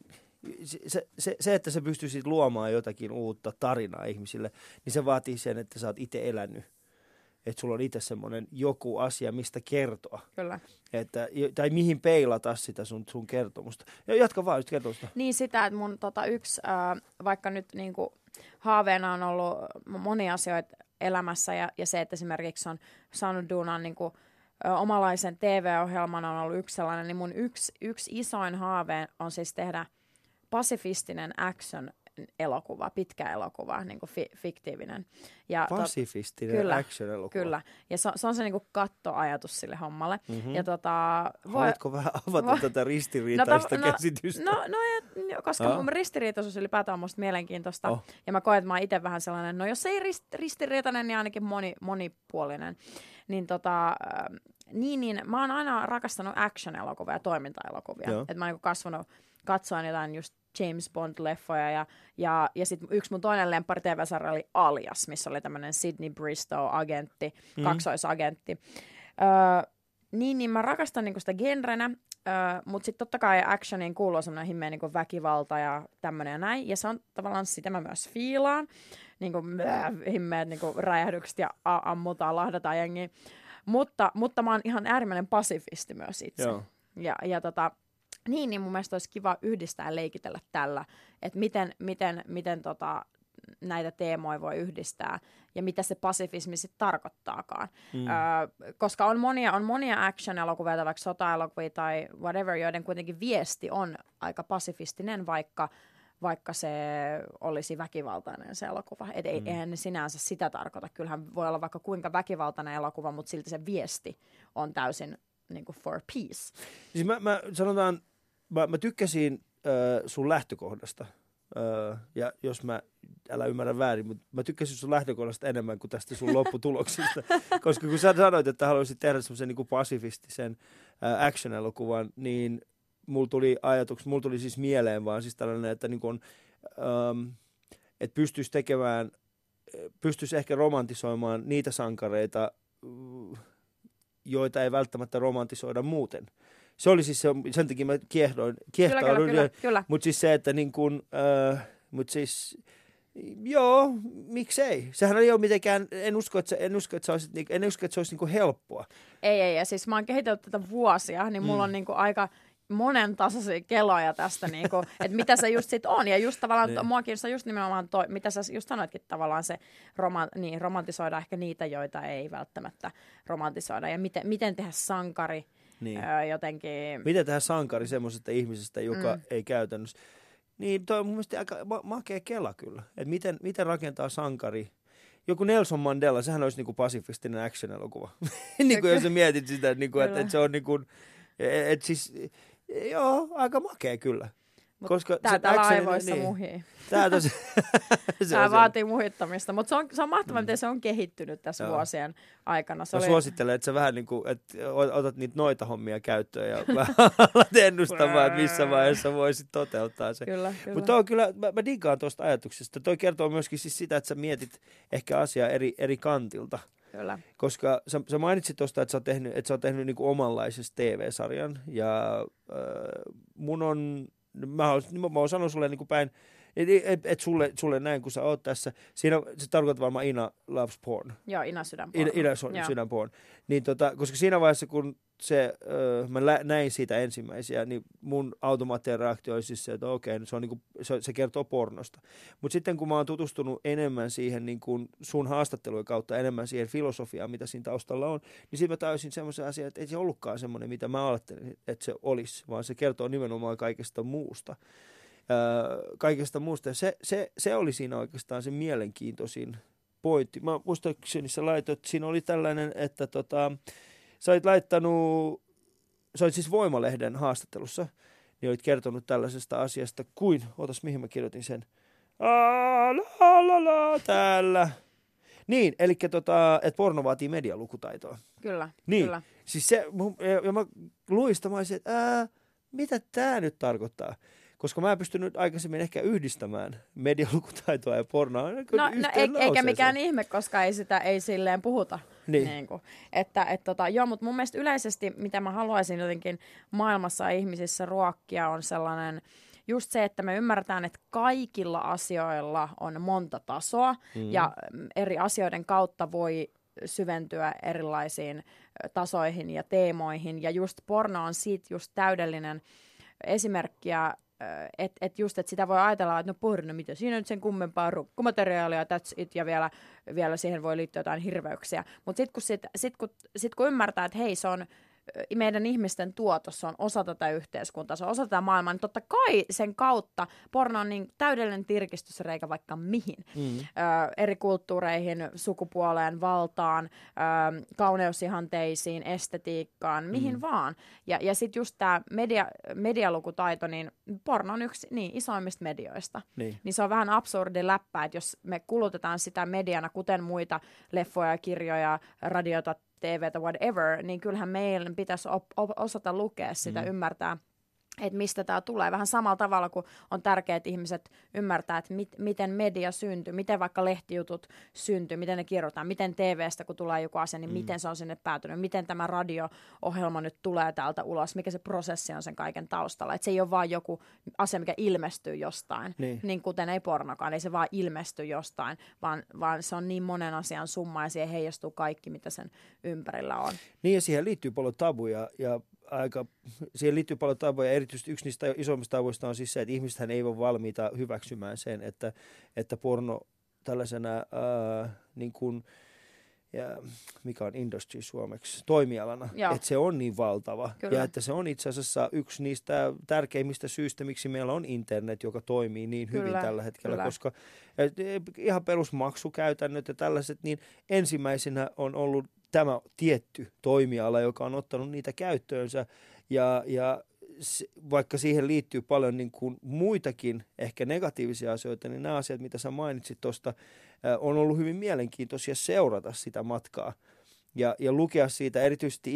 Se, että sä pystyisit luomaan jotakin uutta tarinaa ihmisille, niin se vaatii sen, että sä oot itse elänyt. Että sulla on itse semmoinen joku asia, mistä kertoa. Kyllä. Tai mihin peilata sitä sun kertomusta. Ja jatka vaan just kertomusta. Niin sitä, että mun yksi, vaikka nyt niinku haaveena on ollut monia asioita elämässä ja se, että esimerkiksi on saanut duunaan niinku omalaisen TV-ohjelman on ollut yksi sellainen, niin mun yksi isoin haave on siis tehdä pasifistinen action-elokuva, pitkä elokuva, niin kuin fiktiivinen. Ja pasifistinen action-elokuva? Kyllä. Ja se on se niin kuin kattoajatus sille hommalle. Ja haluatko vähän avata tätä ristiriitaista käsitystä? Koska mun ristiriitaisuus ylipäätään on musta mielenkiintoista. Ja mä koen, että mä oon itse vähän sellainen, no jos ei ristiriitainen, niin ainakin monipuolinen. Niin mä oon aina rakastanut action-elokuvia ja toiminta-elokuvia. Että mä oon niin kasvanut katsoin jotain just James Bond-leffoja ja sitten yksi mun toinen lemppari TV-sarja oli Alias, missä oli tämmöinen Sydney Bristow-agentti, kaksoisagentti. Niin mä rakastan niinku sitä genrenä, mutta sitten totta kai actioniin kuuluu semmoinen himmeä niinku väkivalta ja tämmöinen ja näin. Ja se on tavallaan sitä mä myös fiilaan, niinku himmeät niinku räjähdykset ja ammutaan, lahdataan jengiä. Mutta mä oon ihan äärimmäinen pasifisti myös itse. Niin mun mielestä olisi kiva yhdistää ja leikitellä tällä, että miten näitä teemoja voi yhdistää ja mitä se pasifismi sitten tarkoittaakaan. Koska on monia action-elokuvia, vaikka sota-elokuvia tai whatever, joiden kuitenkin viesti on aika pasifistinen, vaikka se olisi väkivaltainen se elokuva. Eihän ne sinänsä sitä tarkoita. Kyllähän voi olla vaikka kuinka väkivaltainen elokuva, mutta silti se viesti on täysin niin kuin for peace. Siis mä tykkäsin sun lähtökohdasta, ja jos älä ymmärrä väärin, mutta mä tykkäsin sun lähtökohdasta enemmän kuin tästä sun lopputuloksista. Koska kun sä sanoit, että haluaisit tehdä semmoisen niin kuin pasifistisen action-elokuvan, niin mulla tuli siis mieleen vaan siis tällainen, että niin kuin, että pystyisi ehkä romantisoimaan niitä sankareita, joita ei välttämättä romantisoida muuten. Se oli siis sen takia mä kiehtoudun. Mutta siis se, että niin kuin, joo, miksei. Sehän ei ole mitenkään, en usko, että se olisi niin kuin helppoa. Ei, ja siis mä oon kehitellyt tätä vuosia, niin mulla on niin kuin aika monen tasoisia keloja tästä, niin kuin, että mitä se just sit on. Ja just tavallaan mua kiinnostaa just nimenomaan mitä sä just sanoitkin, tavallaan se romantisoida ehkä niitä, joita ei välttämättä romantisoida. Ja miten tehdä sankari jotenkin. Miten tehdä sankari semmoisesta ihmisestä, joka ei käytännössä. Niin toi on mun mielestä aika makea kela kyllä. Että miten rakentaa sankari. joku Nelson Mandela, sehän olisi niinku pasifistinen action-elokuva. Niin kuin jos sä mietit sitä, niinku, että se on niinku, että siis, joo, aika makea kyllä. Koska tää laivoissa muhii. Tää vaatii muhittamista, mutta se on mahtavaa, miten se on kehittynyt tässä vuosien aikana. Mä suosittelen, että sä vähän niin kuin, että otat noita hommia käyttöön ja vähän alat ennustamaan, että missä vaiheessa voisit toteuttaa se. Kyllä. Mutta kyllä, mä digaan tuosta ajatuksesta. Toi kertoo myöskin siis sitä, että sä mietit ehkä asiaa eri kantilta. Kyllä. Koska sä mainitsit tuosta, että sä oot tehnyt niin kuin omanlaisesta TV-sarjan ja mä oon sanonut sulle niin kuin päin, että sulle näin, kun sä oot tässä. Siinä se tarkoittaa varmaan Ina Loves Porn. Joo, Ina Sydänporn. Ina Sydänporn. Niin koska siinä vaiheessa, kun mä näin siitä ensimmäisiä, niin mun automaattinen reaktio oli siis se, että okei, se, on niinku, se kertoo pornosta. Mutta sitten kun mä oon tutustunut enemmän siihen niin kuin sun haastattelujen kautta, enemmän siihen filosofiaan, mitä siinä taustalla on, niin sitten mä tajusin semmoisen asian, että ei se ollutkaan semmoinen, mitä mä ajattelin, että se olisi, vaan se kertoo nimenomaan kaikesta muusta. Ja se oli siinä oikeastaan se mielenkiintoisin pointti. Mä muistaakseni sä laitoit, että siinä oli tällainen, että sä olit siis Voima-lehden haastattelussa, niin olit kertonut tällaisesta asiasta kuin, mihin mä kirjoitin sen, täällä. Niin, eli että porno vaatii medialukutaitoa. Kyllä, niin. Kyllä. Siis se, ja mä luin sitä, mä olisin, että mitä tää nyt tarkoittaa? Koska mä en pystynyt aikaisemmin ehkä yhdistämään medialukutaitoa ja pornoa. Eikä mikään ihme, koska ei silleen puhuta. Niin kuin, joo, mutta mun mielestä yleisesti, mitä mä haluaisin jotenkin maailmassa ihmisissä ruokkia, on sellainen just se, että me ymmärretään, että kaikilla asioilla on monta tasoa ja eri asioiden kautta voi syventyä erilaisiin tasoihin ja teemoihin. Ja just porno on siitä just täydellinen esimerkkiä, että sitä voi ajatella, että no porno, mitä siinä on sen kummempaa rukkumateriaalia, that's it, ja vielä siihen voi liittyä jotain hirveyksiä. Mutta sitten kun ymmärtää, että hei, se on meidän ihmisten tuotos, on osa tätä yhteiskuntaa, se on osa tätä maailmaa, niin totta kai sen kautta porno on niin täydellinen tirkistysreikä vaikka mihin. Eri kulttuureihin, sukupuoleen, valtaan, kauneusihanteisiin, estetiikkaan, mihin vaan. Ja sitten just tämä medialukutaito, niin porno on yksi isoimmista medioista. Niin se on vähän absurdi läppä, että jos me kulutetaan sitä mediana, kuten muita leffoja, kirjoja, radiota, TVtä, whatever, niin kyllähän meidän pitäisi osata lukea sitä, ymmärtää, että mistä tämä tulee. Vähän samalla tavalla, kuin on tärkeää, että ihmiset ymmärtää, että miten media syntyy, miten vaikka lehtijutut syntyy, miten ne kirjoitetaan, miten TVstä, kun tulee joku asia, niin miten se on sinne päätynyt, miten tämä radio-ohjelma nyt tulee täältä ulos, mikä se prosessi on sen kaiken taustalla. Että se ei ole vaan joku asia, mikä ilmestyy jostain, niin kuten ei pornokaan, ei se vaan ilmesty jostain, vaan se on niin monen asian summa ja siihen heijastuu kaikki, mitä sen ympärillä on. Niin ja siihen liittyy paljon tabuja siihen liittyy paljon tabuja. Erityisesti yksi niistä isommista tabuista on siis se, että ihmisethän ei ole valmiita hyväksymään sen, että porno tällaisena niin kuin, mikä on industry suomeksi, toimialana, että se on niin valtava. Kyllä. Ja että se on itse asiassa yksi niistä tärkeimmistä syistä, miksi meillä on internet, joka toimii niin hyvin tällä hetkellä, koska ihan perusmaksukäytännöt ja tällaiset, niin ensimmäisenä on ollut tämä tietty toimiala, joka on ottanut niitä käyttöönsä ja vaikka siihen liittyy paljon niin kuin muitakin ehkä negatiivisia asioita, niin nämä asiat, mitä sä mainitsit tuosta, on ollut hyvin mielenkiintoisia seurata sitä matkaa ja lukea siitä erityisesti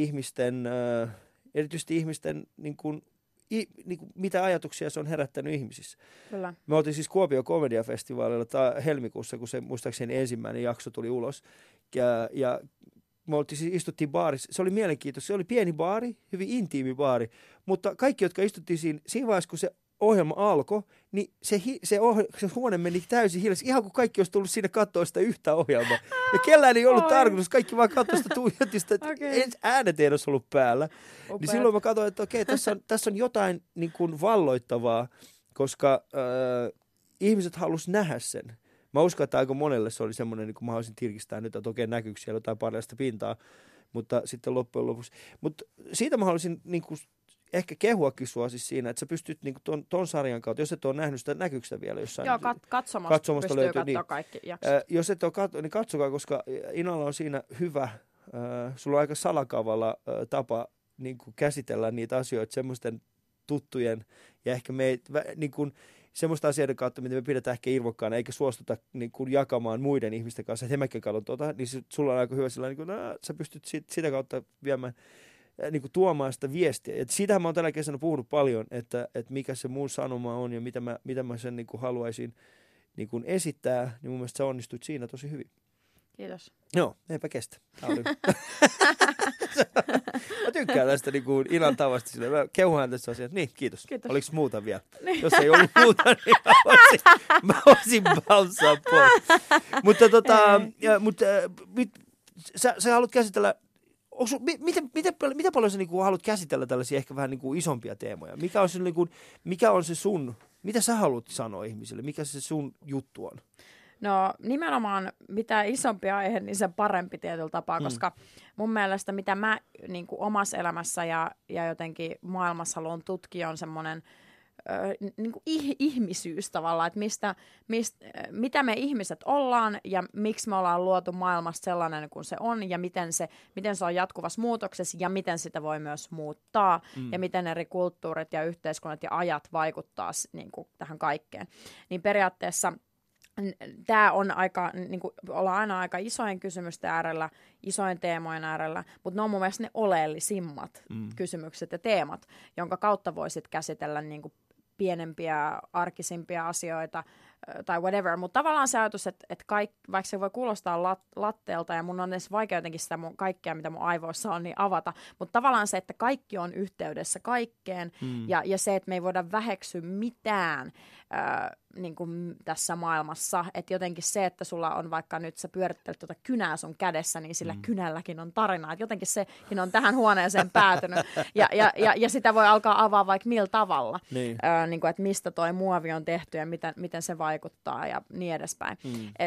ihmisten niin kuin, mitä ajatuksia se on herättänyt ihmisissä. Kyllä. Me oltiin siis Kuopion komediafestivaalilla helmikuussa, kun se muistaakseni ensimmäinen jakso tuli ulos ja me istuttiin baarissa. Se oli mielenkiintoista. Se oli pieni baari, hyvin intiimi baari, mutta kaikki, jotka istuttiin siinä vaiheessa, kun se ohjelma alkoi, niin se huone meni täysin hiljaisesti, ihan kuin kaikki olisi tullut siinä katsoa sitä yhtä ohjelmaa. Ja kellään ei ollut tarkoitus, kaikki vaan katsoi sitä tuijotista, että äänet ei olisi ollut päällä. Niin silloin mä katsoin, että okei, tässä on jotain niin kuin valloittavaa, koska ihmiset halusivat nähdä sen. Mä uskon, että aika monelle se oli semmoinen, niin kuin mä haluaisin tirkistää nyt, että okei, näkyykö siellä jotain paljasta pintaa, mutta sitten loppujen lopuksi. Mutta siitä mä haluaisin niin kuin ehkä kehuakin sua siis siinä, että sä pystyt niinku ton sarjan kautta, jos et ole nähnyt sitä, näkyykö sitä vielä jossain? Joo, katsomasta pystyy löytyy, katsoa niin, kaikki jaksot. Jos et ole niin katsokaa, koska Inalla on siinä hyvä, sulla on aika salakavalla tapa niin kuin käsitellä niitä asioita semmoisten tuttujen ja ehkä niin kuin, semmoista asioiden kautta, mitä me pidetään ehkä irvokkaana, eikä suostuta niin kuin jakamaan muiden ihmisten kanssa, että mäkin katson niin sulla on aika hyvä sillä, niin kuin, sä pystyt sitä kautta viemään, niin kuin tuomaan sitä viestiä. Et siitähän mä oon tällä kesänä puhunut paljon, että mikä se mun sanoma on ja mitä mä sen niin kuin haluaisin niin kuin esittää, niin mun mielestä sä onnistuit siinä tosi hyvin. Kiitos. Joo, eipä kestä. Mä tykkään tästä niin kuin Inan tavasta. Mä kehuhan tässä asiaa. Niin, kiitos. Oliko muuta vielä? Niin. Jos ei ollut muuta, niin mä voisin bounceaa pois. Mutta sä haluat käsitellä, miten paljon sä niin kuin haluat käsitellä tällaisia ehkä vähän niin kuin isompia teemoja? Mikä on se sun, mitä sä haluat sanoa ihmisille? Mikä se sun juttu on? No nimenomaan mitä isompi aihe, niin sen parempi tietyllä tapaa, koska mun mielestä mitä mä niin kuin omassa elämässä ja jotenkin maailmassa haluan tutkia on semmoinen niin kuin ihmisyys tavallaan, että mitä me ihmiset ollaan ja miksi me ollaan luotu maailmasta sellainen kuin se on ja miten se on jatkuvassa muutoksessa ja miten sitä voi myös muuttaa ja miten eri kulttuurit ja yhteiskunnat ja ajat vaikuttaa niin kuin tähän kaikkeen. Niin periaatteessa tämä on aika, niin kuin, ollaan aina aika isojen kysymysten äärellä, isojen teemojen äärellä, mutta ne on mun mielestä ne oleellisimmat kysymykset ja teemat, jonka kautta voisit käsitellä niin kuin pienempiä, arkisimpia asioita tai whatever. Mutta tavallaan se ajatus, että vaikka se voi kuulostaa latteelta ja mun on edes vaikea jotenkin sitä kaikkea, mitä mun aivoissa on, niin avata. Mutta tavallaan se, että kaikki on yhteydessä kaikkeen ja se, että me ei voida väheksyä mitään niin kuin tässä maailmassa. Että jotenkin se, että sulla on vaikka nyt sä pyörittelet tuota kynää sun kädessä, niin sillä kynälläkin on tarina. Että jotenkin sekin on tähän huoneeseen päätynyt. Ja sitä voi alkaa avaa vaikka millä tavalla. Niin kuin, että mistä toi muovi on tehty ja miten se vaikuttaa ja niin edespäin.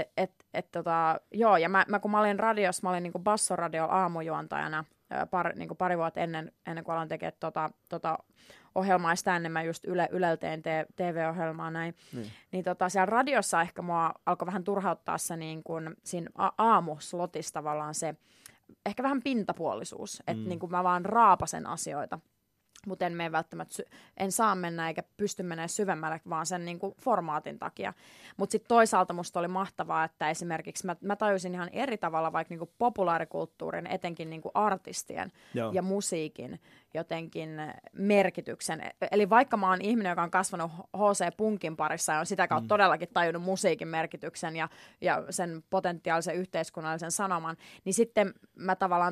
Joo, ja kun mä olin radiossa, mä olin niin kuin Bassoradiolla aamujuontajana niin kuin pari vuotta ennen kuin aloin tekemään ohjelmaa, ja sitä ennen mä just Ylellä tein TV-ohjelmaa näin. Niin siellä radiossa ehkä mua alkoi vähän turhauttaa se niin kuin siinä aamuslotissa tavallaan se ehkä vähän pintapuolisuus, että niin kuin mä vaan raapasen asioita. Mutta en mene välttämättä, en saa mennä eikä pysty menemään syvemmälle, vaan sen niinku formaatin takia. Mutta sitten toisaalta musta oli mahtavaa, että esimerkiksi mä tajusin ihan eri tavalla vaikka niinku populaarikulttuurin, etenkin niinku artistien ja musiikin jotenkin merkityksen. Eli vaikka mä oon ihminen, joka on kasvanut H.C. Punkin parissa ja on sitä kautta todellakin tajunnut musiikin merkityksen ja sen potentiaalisen yhteiskunnallisen sanoman, niin sitten mä tavallaan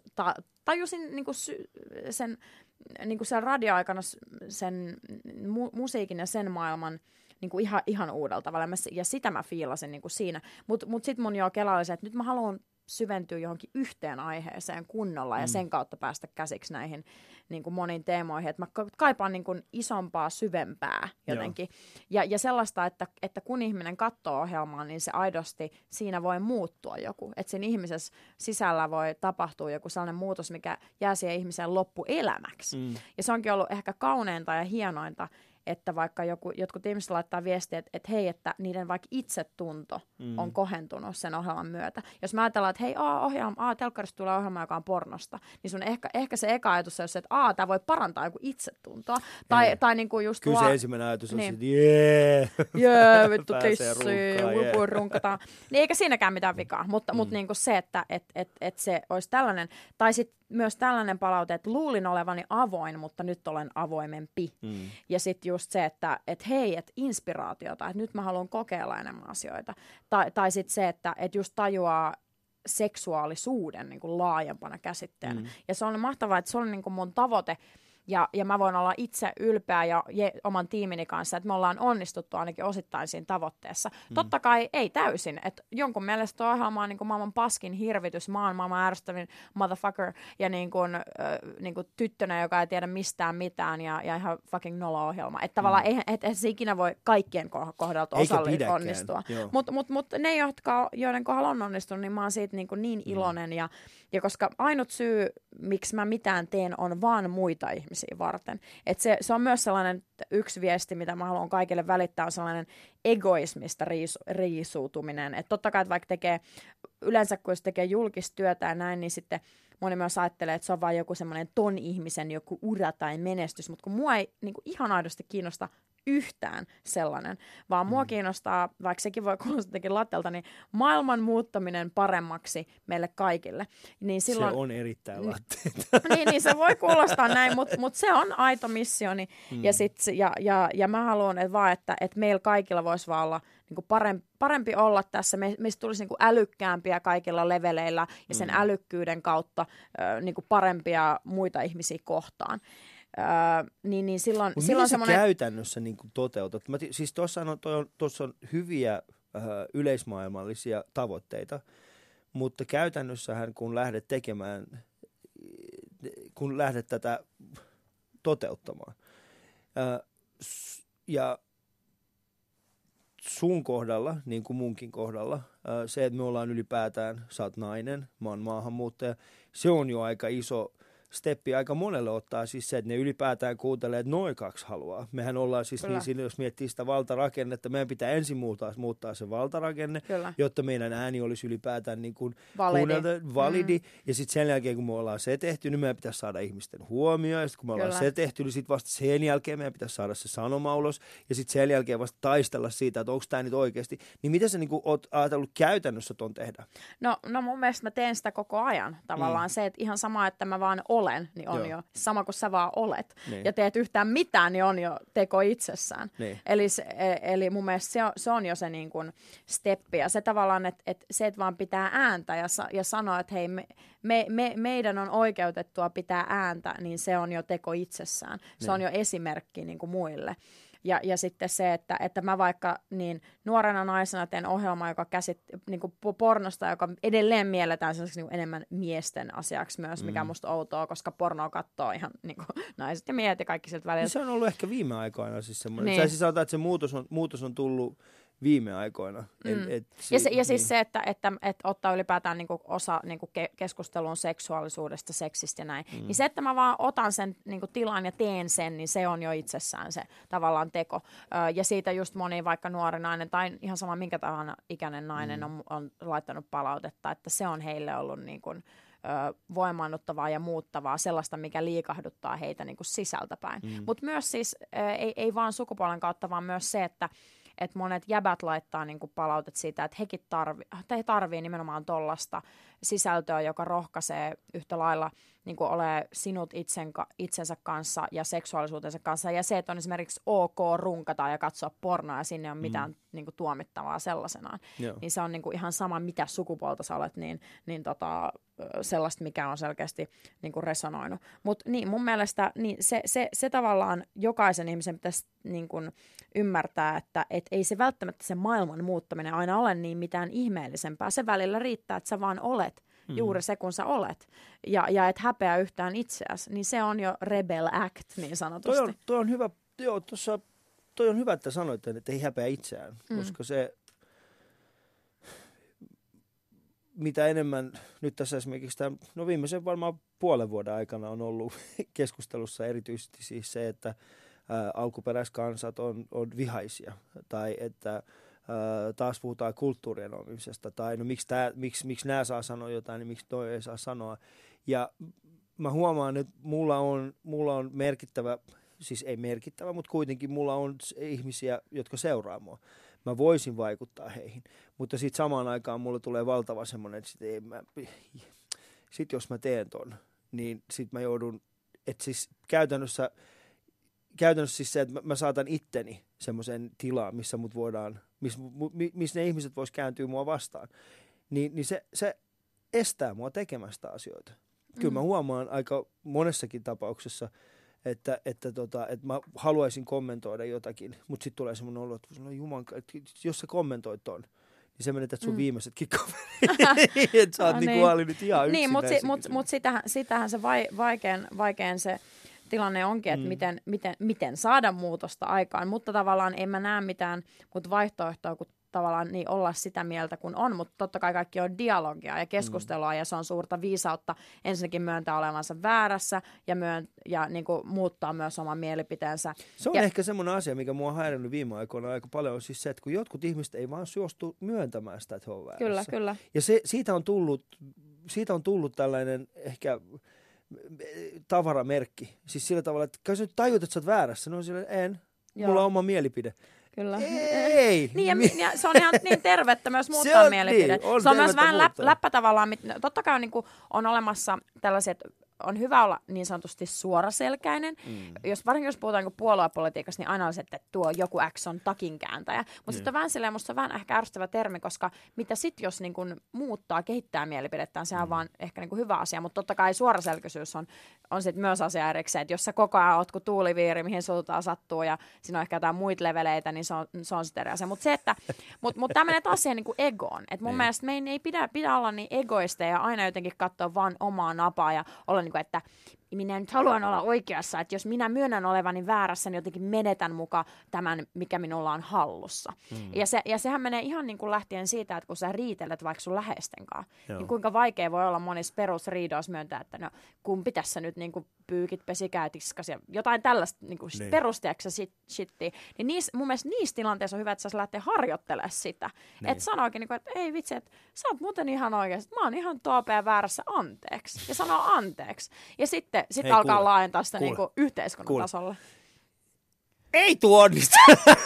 tajusin niinku sen niinku siellä radioaikana sen musiikin ja sen maailman niinku ihan uudella tavalla. Ja sitä mä fiilasin niinku siinä. Mut sit mun kela oli se, että nyt mä haluan syventyä johonkin yhteen aiheeseen kunnolla ja sen kautta päästä käsiksi näihin niin kuin moniin teemoihin. Että mä kaipaan niin kuin isompaa, syvempää jotenkin. Ja sellaista, että kun ihminen katsoo ohjelmaa, niin se aidosti siinä voi muuttua joku. Että siinä ihmisessä sisällä voi tapahtua joku sellainen muutos, mikä jää siihen ihmiseen loppuelämäksi. Ja se onkin ollut ehkä kauneinta ja hienointa, että vaikka jotkut ihmiset laittaa viestiä, että hei, että niiden vaikka itsetunto on kohentunut sen ohjelman myötä. Jos mä ajatellaan, että hei, telkkarista tulee ohjelma, joka on pornosta, niin sun ehkä se eka ajatus on se, että tämä voi parantaa joku itsetuntoa. Tai niinku just kyllä se ensimmäinen ajatus on niin. Se, että jee, vittu tissi, runkataan. Niin eikä siinäkään mitään vikaa, mutta niinku se, että se olisi tällainen, tai sitten myös tällainen palaute, että luulin olevani avoin, mutta nyt olen avoimempi. Ja sitten just se, että hei, että inspiraatiota, että nyt mä haluan kokeilla enemmän asioita. Tai sitten se, että just tajuaa seksuaalisuuden niin kuin laajempana käsitteenä. Ja se on mahtavaa, että se on niin kuin mun tavoite. Ja mä voin olla itse ylpeä ja oman tiimini kanssa, että me ollaan onnistuttu ainakin osittain siinä tavoitteessa. Totta kai ei täysin, että jonkun mielestä tuo ohjelma on niin kuin maailman paskin hirvitys, mä oon maailman ärsyttävin motherfucker ja niin kuin tyttönä, joka ei tiedä mistään mitään ja ihan fucking nolo-ohjelma. Että tavallaan eihän se ikinä voi kaikkien kohdalta onnistua. Mutta ne, joiden kohdalla on onnistunut, niin mä oon siitä niin iloinen ja koska ainut syy, miksi mä mitään teen, on vaan muita ihmisiä varten. Et se on myös sellainen yksi viesti, mitä mä haluan kaikille välittää, on sellainen egoismista riisuutuminen. Että totta kai, että vaikka yleensä kun se tekee julkista työtä ja näin, niin sitten moni myös ajattelee, että se on vain joku semmoinen ton ihmisen joku ura tai menestys, mutta kun mua ei niin kuin ihan aidosti kiinnosta yhtään sellainen, vaan mua kiinnostaa, vaikka sekin voi kuulostaa jotenkin lattelta, niin maailman muuttaminen paremmaksi meille kaikille. Niin silloin, se on erittäin latteita. niin, se voi kuulostaa näin, mutta se on aito missioni. Ja mä haluan että meillä kaikilla voisi vaan olla niin kuin parempi olla tässä. Meistä tulisi niin kuin älykkäämpiä kaikilla leveleillä ja sen älykkyyden kautta niin kuin parempia muita ihmisiä kohtaan. Niin silloin semmoinen... käytännössä niin kuin toteutat? Siis tuossa on hyviä yleismaailmallisia tavoitteita, mutta käytännössähän kun lähdet tätä toteuttamaan ja sun kohdalla, niin kuin munkin kohdalla, se, että me ollaan ylipäätään, sä oot nainen, mä oon maahanmuuttaja, se on jo aika iso steppi aika monelle ottaa siis se, että ne ylipäätään kuuntelee, että noin kaksi haluaa. Mehän ollaan siis niin siinä, jos miettii sitä valtarakennetta, meidän pitää ensin muuttaa se valtarakenne, jotta meidän ääni olisi ylipäätään niin kuin validi. Ja sitten sen jälkeen, kun me ollaan se tehty, niin meidän pitäisi saada ihmisten huomioon. Ja sitten kun me ollaan se tehty, niin sitten vasta sen jälkeen meidän pitäisi saada se sanoma ulos. Ja sitten sen jälkeen vasta taistella siitä, että onko tämä nyt oikeasti. Niin mitä sä niin kuin oot ajatellut käytännössä ton tehdä? No mun mielestä mä teen sitä koko ajan. Tavallaan se, että ihan sama, että mä vaan olen, niin on jo sama kuin sä vaan olet. Niin. Ja teet yhtään mitään, niin on jo teko itsessään. Niin. Eli mun mielestä se on jo se niin kuin steppi. Ja se tavallaan, että se, että vaan pitää ääntä ja sanoa, että hei, meidän on oikeutettua pitää ääntä, niin se on jo teko itsessään. Se on jo esimerkki niin kuin muille. Ja sitten se, että mä vaikka niin nuorena naisena teen ohjelmaa, joka niin kuin pornosta, joka edelleen mielletään niin enemmän miesten asiaksi myös, mikä on musta outoa, koska pornoa katsoo ihan niin kuin naiset ja miehet ja kaikki sieltä välillä. Se on ollut ehkä viime aikoina siis semmoinen. Niin. Siis sanotaan, että se muutos on tullut viime aikoina. Siis se, että ottaa ylipäätään niinku osa niinku keskusteluun seksuaalisuudesta, seksistä ja näin, niin se, että mä vaan otan sen niinku tilan ja teen sen, niin se on jo itsessään se tavallaan teko. Ja siitä just moni vaikka nuori nainen tai ihan sama minkä tahansa ikäinen nainen on laittanut palautetta, että se on heille ollut niinku voimaannuttavaa ja muuttavaa, sellaista, mikä liikahduttaa heitä niinku sisältäpäin. Mutta myös siis, ei vaan sukupuolen kautta, vaan myös se, että monet jäbät laittaa niinku palautet siitä, että he tarvii nimenomaan tollasta sisältöä, joka rohkaisee yhtä lailla niinku ole sinut itsensä kanssa ja seksuaalisuutensa kanssa. Ja se, että on esimerkiksi ok runkata ja katsoa pornoa ja sinne on mitään niinku tuomittavaa sellaisenaan. Niin se on niinku ihan sama, mitä sukupuolta sä olet, niin sellaista, mikä on selkeästi niinku resonoinut. Mutta niin, mun mielestä niin se tavallaan jokaisen ihmisen pitäisi niinku ymmärtää, että ei se välttämättä se maailman muuttaminen aina ole niin mitään ihmeellisempää. Se välillä riittää, että sä vaan olet juuri se, kun sä olet. Ja et häpeä yhtään itseäsi, niin se on jo rebel act, niin sanotusti. Toi on hyvä, toi on hyvä, että sanoit, että ei häpeä itseään, koska se, mitä enemmän nyt tässä esimerkiksi viimeisen varmaan puolen vuoden aikana on ollut keskustelussa erityisesti siis se, että alkuperäiskansat on vihaisia tai että taas puhutaan kulttuurien omisesta tai no miksi nämä saa sanoa jotain, niin miksi toi ei saa sanoa. Ja mä huomaan, että mulla on merkittävä, siis ei merkittävä, mutta kuitenkin mulla on ihmisiä, jotka seuraa mua. Mä voisin vaikuttaa heihin, mutta sitten samaan aikaan mulla tulee valtava semmoinen, että sit jos mä teen ton, niin sit mä joudun, että siis käytännössä siis se, että mä saatan itteni semmoiseen tilaan, missä mut voidaan, missä ne ihmiset vois kääntyä mua vastaan, niin se estää mua tekemästä asioita. Kyllä mä huomaan aika monessakin tapauksessa, että mä haluaisin kommentoida jotakin, mutta sitten tulee semmoinen olo, että jos sä kommentoit ton, niin se menetät sun viimeisetkin kaverit. Että sä oot niin nyt ihan yksinäisikin. Niin, mutta sitähän se vaikein se tilanne onkin, että miten saada muutosta aikaan. Mutta tavallaan en mä näe mitään vaihtoehtoa kuin tavallaan niin olla sitä mieltä kuin on, mutta totta kai kaikki on dialogia ja keskustelua ja se on suurta viisautta ensinnäkin myöntää olevansa väärässä ja niin kuin muuttaa myös oman mielipiteensä. Se on ehkä semmoinen asia, mikä mua on häirinnyt viime aikoina aika paljon, on siis se, että kun jotkut ihmiset ei vaan suostu myöntämään sitä, että he on väärässä. Kyllä. Ja siitä on tullut tällainen ehkä tavaramerkki. Siis sillä tavalla, että kai sä nyt tajut, että sä oot väärässä. No silleen, en. Mulla on oma mielipide. Kyllä. Ei. Ja se on ihan niin tervettä myös muuttaa mielipide. Niin, se on myös vähän läppä tavallaan. Totta kai on olemassa tällaiset, on hyvä olla niin sanotusti suoraselkäinen. Varsinkin jos puhutaan niin puoluepolitiikasta, niin aina on se, että tuo joku X on takinkääntäjä. Mutta sitten on vähän silleen, musta se on vähän ehkä ärsyttävä termi, koska mitä sitten jos niin kuin muuttaa, kehittää mielipidettään, sehän on vaan ehkä niin kuin hyvä asia. Mutta totta kai suoraselkäisyys on sitten myös asia erikseen, että jos sä koko ajan oot kuin tuuliviiri, mihin sultaan sattuu ja siinä on ehkä jotain muita leveleitä, niin se on sitten eri asia. Mutta tämä menee taas siihen niin kuin egoon. Et mun mielestä meidän ei pidä olla niin egoisteja ja aina jotenkin katsoa vaan omaa napaa ja olla niin kuin, että minä nyt haluan olla oikeassa, että jos minä myönnän olevani väärässä, niin jotenkin menetän muka tämän, mikä minulla on hallussa. Ja sehän menee ihan niin kuin lähtien siitä, että kun sä riitelet vaikka sun läheisten kanssa, niin kuinka vaikea voi olla monissa perusriidoissa myöntää, että no kumpi tässä nyt niin kuin pyykit, pesikää, tiskas ja jotain tällaista niin kuin perusteeksi shittiä. Niin mun mielestä niissä tilanteissa on hyvä, että sä lähtee harjoittelemaan sitä. Että sanoikin, niin kuin, että ei vitsi, että sä oot muuten ihan oikeasti, mä oon ihan toopea väärässä, anteeksi. Ja sanoo anteeksi. Ja sitten alkaa laajentaa sitä niin kuin yhteiskunnan tasolla. Ei onnistu.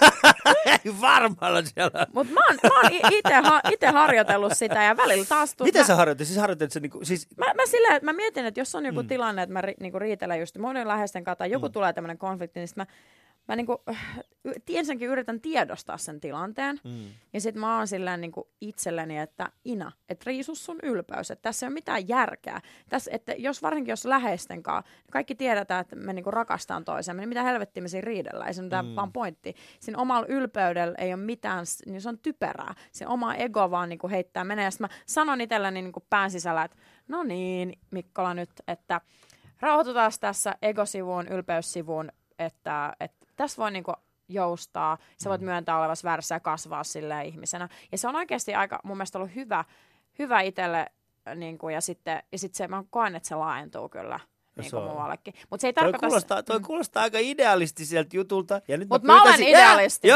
Ei varmalla siellä. Mutta mä oon itse harjoitellut sitä ja välillä taas... Miten sä harjoittelet? Siis harjoittelet sä niinku... Siis... Mä mietin, että jos on joku tilanne, että mä niinku riitelen just monen läheisten kanssa tai joku tulee tämmöinen konflikti, niin mä niinku, ensinnäkin yritän tiedostaa sen tilanteen. Ja sit mä oon silleen niinku itselleni, että että riisu sun ylpeys. Että tässä ei ole mitään järkeä. Että varsinkin jos läheisten kanssa, kaikki tiedetään, että me niinku rakastaan toisemme, niin mitä helvettiä me siinä riidellään. Ei se mitään vaan pointti. Siinä omalla ylpeydellä ei ole mitään, niin se on typerää. Se oma ego vaan niinku heittää menee. Ja sit mä sanon itselleni niinku pään sisällä, että no niin, Mikkola nyt, että rauhoitutaan tässä egosivuun, ylpeyssivuun, että tässä voi niinku joustaa, sä voit myöntää olevasi väärässä ja kasvaa silleen ihmisenä. Ja se on oikeasti aika mun mielestä ollut hyvä itselle, niinku, ja sitten se, mä koen, että se laajentuu kyllä. Niin kuin muuallekin. Mut se ei tarkoita... Toi kuulostaa aika idealistiselta jutulta. Mutta mä olen idealisti.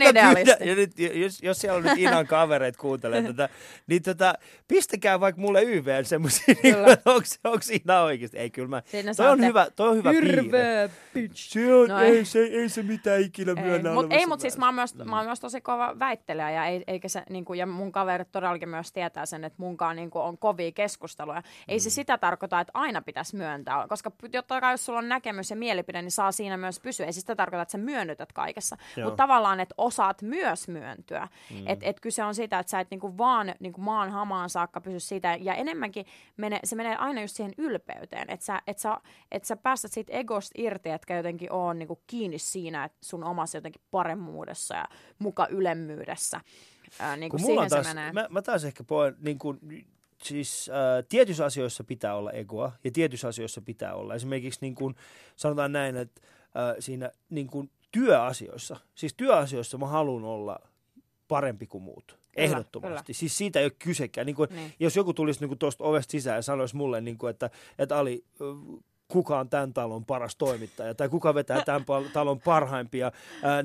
Ja nyt, jos siellä on nyt Inan kavereita kuuntelee tätä, niin pistäkää vaikka mulle YV:n semmosia, niin onko Ina oikeasti? Ei, kyllä mä... Toi on hyvä hirveä bitch. Ei se mitään ikinä myönnä olevassa. Mutta siis mä oon myös tosi kova väittelijä, ja eikä se, niinku, ja mun kaverit todellakin myös tietää sen, että munkaan niinku, on kovia keskusteluja. Ei se sitä tarkoita, että aina pitäisi myöntää, koska jotta kai jos sulla on näkemys ja mielipide, niin saa siinä myös pysyä. Ei sitä tarkoita, että sä myönnytät kaikessa, mutta tavallaan, että osaat myös myöntyä. Että kyse on siitä, että sä et niinku vaan niinku maan hamaan saakka pysy siitä, ja enemmänkin se menee aina just siihen ylpeyteen, että sä päästät siitä egosta irti, etkä jotenkin ole niinku kiinni siinä, että sun omassa jotenkin paremmuudessa ja muka ylemmyydessä. Niinku siihen taas, se menee. Mä taas ehkä poen, niinku, siis tietyissä asioissa pitää olla egoa ja tietyissä asioissa pitää olla. Esimerkiksi niin kuin sanotaan näin, että siinä niin kuin työasioissa mä haluan olla parempi kuin muut. Ehdottomasti. Kyllä. Siis siitä ei ole kysekään. Niin kuin, jos joku tulisi niin kuin tuosta ovesta sisään ja sanoisi mulle, niin kuin, että Ali, kuka on tämän talon paras toimittaja tai kuka vetää tämän talon parhaimpia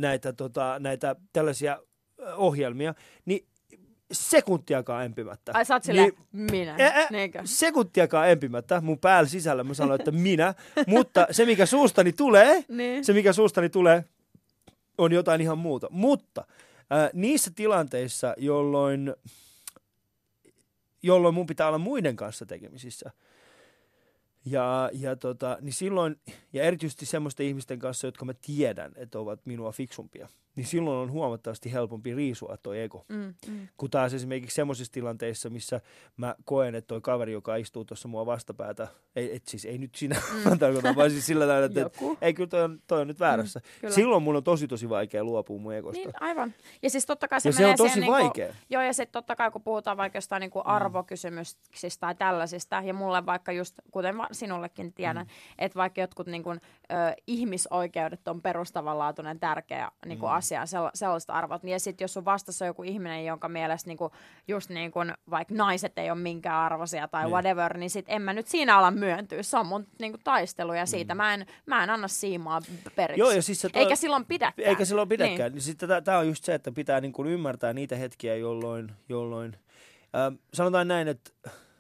näitä tällaisia ohjelmia, niin sekuntiakaan empimättä. Ai sä oot silleen, minä. Sekuntiakaan empimättä. Mun päällä sisällä mä sanoin, että minä. Mutta se, mikä suustani tulee, on jotain ihan muuta. Mutta niissä tilanteissa, jolloin mun pitää olla muiden kanssa tekemisissä, niin silloin, ja erityisesti semmoisten ihmisten kanssa, jotka mä tiedän, että ovat minua fiksumpia, niin silloin on huomattavasti helpompi riisua toi ego. Kun taas esimerkiksi semmoisissa tilanteissa, missä mä koen, että toi kaveri, joka istuu tuossa mua vastapäätä, ei nyt sinä, tarkoitan, vaan siis sillä tavalla, että ei kyllä toi on nyt väärässä. Silloin mun on tosi vaikea luopua mun egosta. Niin, aivan. Ja siis totta kai se menee on tosi vaikea. Joo, ja sitten totta kai kun puhutaan vaikka jostain niinku arvokysymyksistä tai tällaisista, ja mulle vaikka just, kuten sinullekin tiedän, että vaikka jotkut niinku, ihmisoikeudet on perustavanlaatuinen tärkeä niinku, asia, ja sellaiset arvot. Ja sitten jos sun vastassa on joku ihminen, jonka mielestä niinku, just niin kuin vaikka naiset ei ole minkään arvoisia tai whatever, niin sit en mä nyt siinä ala myöntyä. Se on mun niinku taistelu ja siitä mä en anna siimaa periksi. Joo, ja siis eikä silloin pidäkään. Eikä silloin pidäkään. Niin. Sitten tämä on just se, että pitää niinku ymmärtää niitä hetkiä, jolloin sanotaan näin, että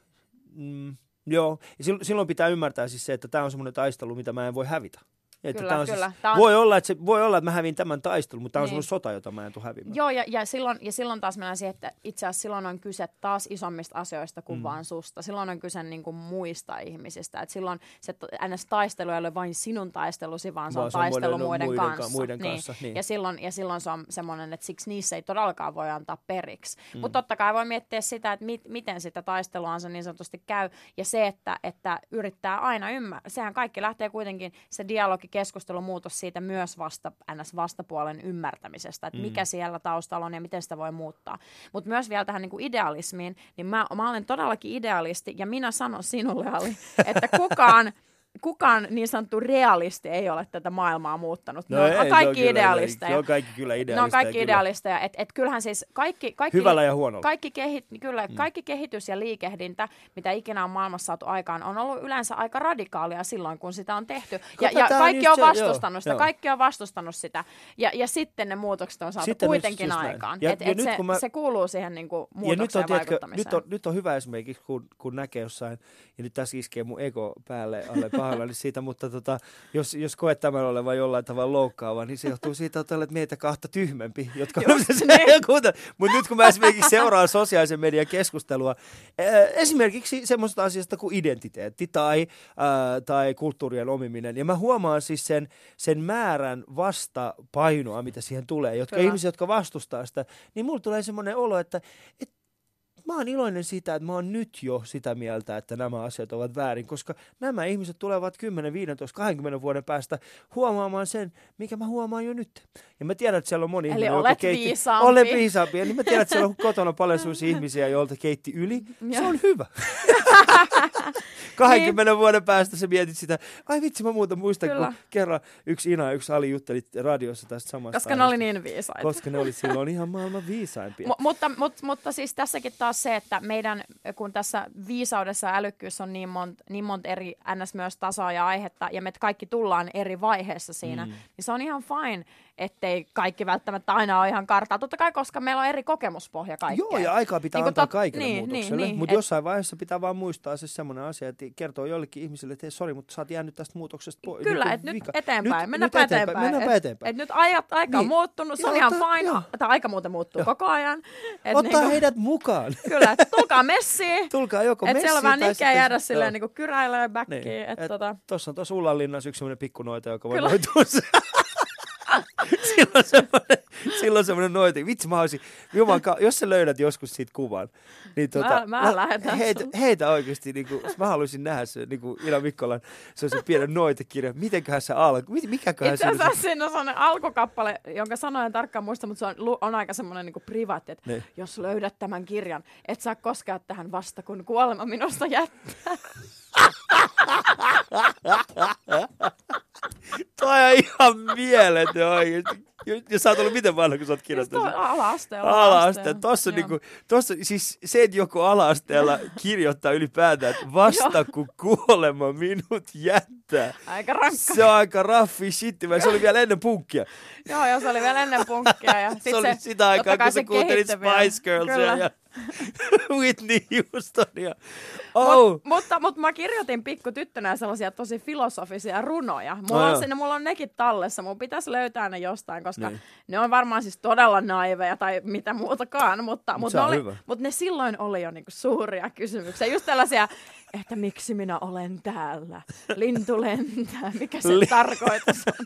joo, ja silloin pitää ymmärtää siis se, että tämä on semmoinen taistelu, mitä mä en voi hävitä. Että kyllä. Siis, voi olla, että mä hävin tämän taistelun, mutta tämä on semmoinen sota, jota mä en tule häviämään. Joo, ja silloin taas mennään siihen, että itse asiassa silloin on kyse taas isommista asioista kuin vaan susta. Silloin on kyse niin kuin muista ihmisistä. Et silloin se taistelu ei ole vain sinun taistelusi, vaan se on taistelu muiden kanssa. Niin. Ja silloin se on semmoinen, että siksi niissä ei todellakaan voi antaa periksi. Mutta totta kai voi miettiä sitä, että miten sitä taistelua se niin sanotusti käy. Ja se, että yrittää aina ymmärtää. Sehän kaikki lähtee kuitenkin se dialogi keskustelumuutos siitä myös vastapuolen ymmärtämisestä, että mikä siellä taustalla on ja miten sitä voi muuttaa. Mutta myös vielä tähän niin kuin idealismiin, niin mä olen todellakin idealisti ja minä sanon sinulle, Ali, että kukaan niin sanottu realisti ei ole tätä maailmaa muuttanut. No ne on kaikki idealisteja. Ne on kaikki kyllä idealisteja. Ne on kaikki idealisteja. Et kyllähän siis kaikki hyvällä ja huonolla. Kaikki kehitys ja liikehdintä, mitä ikinä on maailmassa saatu aikaan, on ollut yleensä aika radikaalia silloin, kun sitä on tehty. Ja kaikki on vastustanut sitä. Kaikki on vastustanut sitä. Ja sitten ne muutokset on saatu sitten kuitenkin aikaan. Se kuuluu siihen niin kuin muutokseen ja vaikuttamiseen. Nyt on hyvä esimerkiksi, kun näkee jossain, ja nyt tässä iskee mun ego päälle alle pahoillani siitä, mutta jos koet tämän olevan jollain tavalla loukkaava, niin se johtuu siitä, että olet meitä kahta tyhmempi, jotka mutta nyt kun mä esimerkiksi seuraan sosiaalisen median keskustelua, esimerkiksi semmoista asiasta kuin identiteetti tai kulttuurien omiminen, ja mä huomaan siis sen määrän vastapainoa, mitä siihen tulee, ihmiset, jotka vastustaa sitä, niin mulla tulee semmoinen olo, että mä oon iloinen siitä, että mä oon nyt jo sitä mieltä, että nämä asiat ovat väärin, koska nämä ihmiset tulevat 10, 15, 20 vuoden päästä huomaamaan sen, mikä mä huomaan jo nyt. Ja mä tiedän, että siellä on moni ihminen, joka viisaampi. Olet viisaampi. Ja niin mä tiedän, että siellä on kotona paljon sellaisia ihmisiä, joilta keitti yli. Se on hyvä. 20 vuoden päästä sä mietit sitä, ai vitsi, mä muistan, kun kerran yksi Ina ja yksi Ali jutteli radiossa tästä samasta. Koska ne oli niin viisaita. Koska ne oli silloin ihan maailman viisaimpia. Mutta siis tässäkin taas se, että meidän, kun tässä viisaudessa ja älykkyys on niin monta eri ns. Myös tasoa ja aihetta, ja me kaikki tullaan eri vaiheessa siinä, niin se on ihan fine, ettei kaikki välttämättä aina ole ihan kartaa. Totta kai, koska meillä on eri kokemuspohja kaikkeen. Joo, ja aikaa pitää antaa kaikille muutokselle. Mutta jossain vaiheessa pitää vaan muistaa se semmoinen asia, että kertoo jollekin ihmisille, että hei, sori, mutta sä oot jäänyt tästä muutoksesta pois. Kyllä, että nyt eteenpäin. Mennäänpä eteenpäin. Et nyt aika on muuttunut, se on ihan fine. Tämä aika muuten muuttuu koko ajan. Ottaa heidät mukaan. Kyllä, tulkaa messiin. Tulkaa joko messiin. Siellä on vähän nikkeä jäädä silleen niin kyräilee backiin. Tuossa on tuossa Ullanlinnassa yksi semmoinen pikkunoita, joka voi noitua. Silloin semmoinen noiti. Vitsi, mä olisin, jos sä löydät joskus siitä kuvan, niin mä lähetän heitä oikeasti, niin kuin, mä haluaisin nähdä se, niin kuin Ina Mikkolan, se on se pienen noitekirja. Mitenköhän se mikäköhän se on? Itse asiassa siinä on sellainen alkukappale, jonka sanoen tarkkaan muista, mutta se on aika semmoinen niin kuin privaatti, että jos löydät tämän kirjan, et saa koskea tähän vasta, kun kuolema minusta jättää. Toi on ihan mieletön oikeesti. Ja sä oot ollut miten vanha, kun sä oot kirjoittanut? Ala-asteella. Tossa siis se, että joku ala-asteella kirjoittaa ylipäätään, että vasta kun kuolema minut jättää. Aika rankka. Se on aika raffi shit. Se oli vielä ennen punkkia. Joo, se oli vielä ennen punkkia. Ja se oli sitä aikaa, kun sä kuuntelit Spice Girlsia ja Whitney Houstonia. Mutta mä kirjoitin pikkutyttönä sellaisia tosi filosofisia runoja. Mulla on nekin tallessa. Mun pitäisi löytää ne jostain, koska ne on varmaan siis todella naiveja tai mitä muutakaan. Mutta ne silloin oli jo niinku suuria kysymyksiä. Just tällaisia, että miksi minä olen täällä? Lintu lentää. Mikä se tarkoitus on?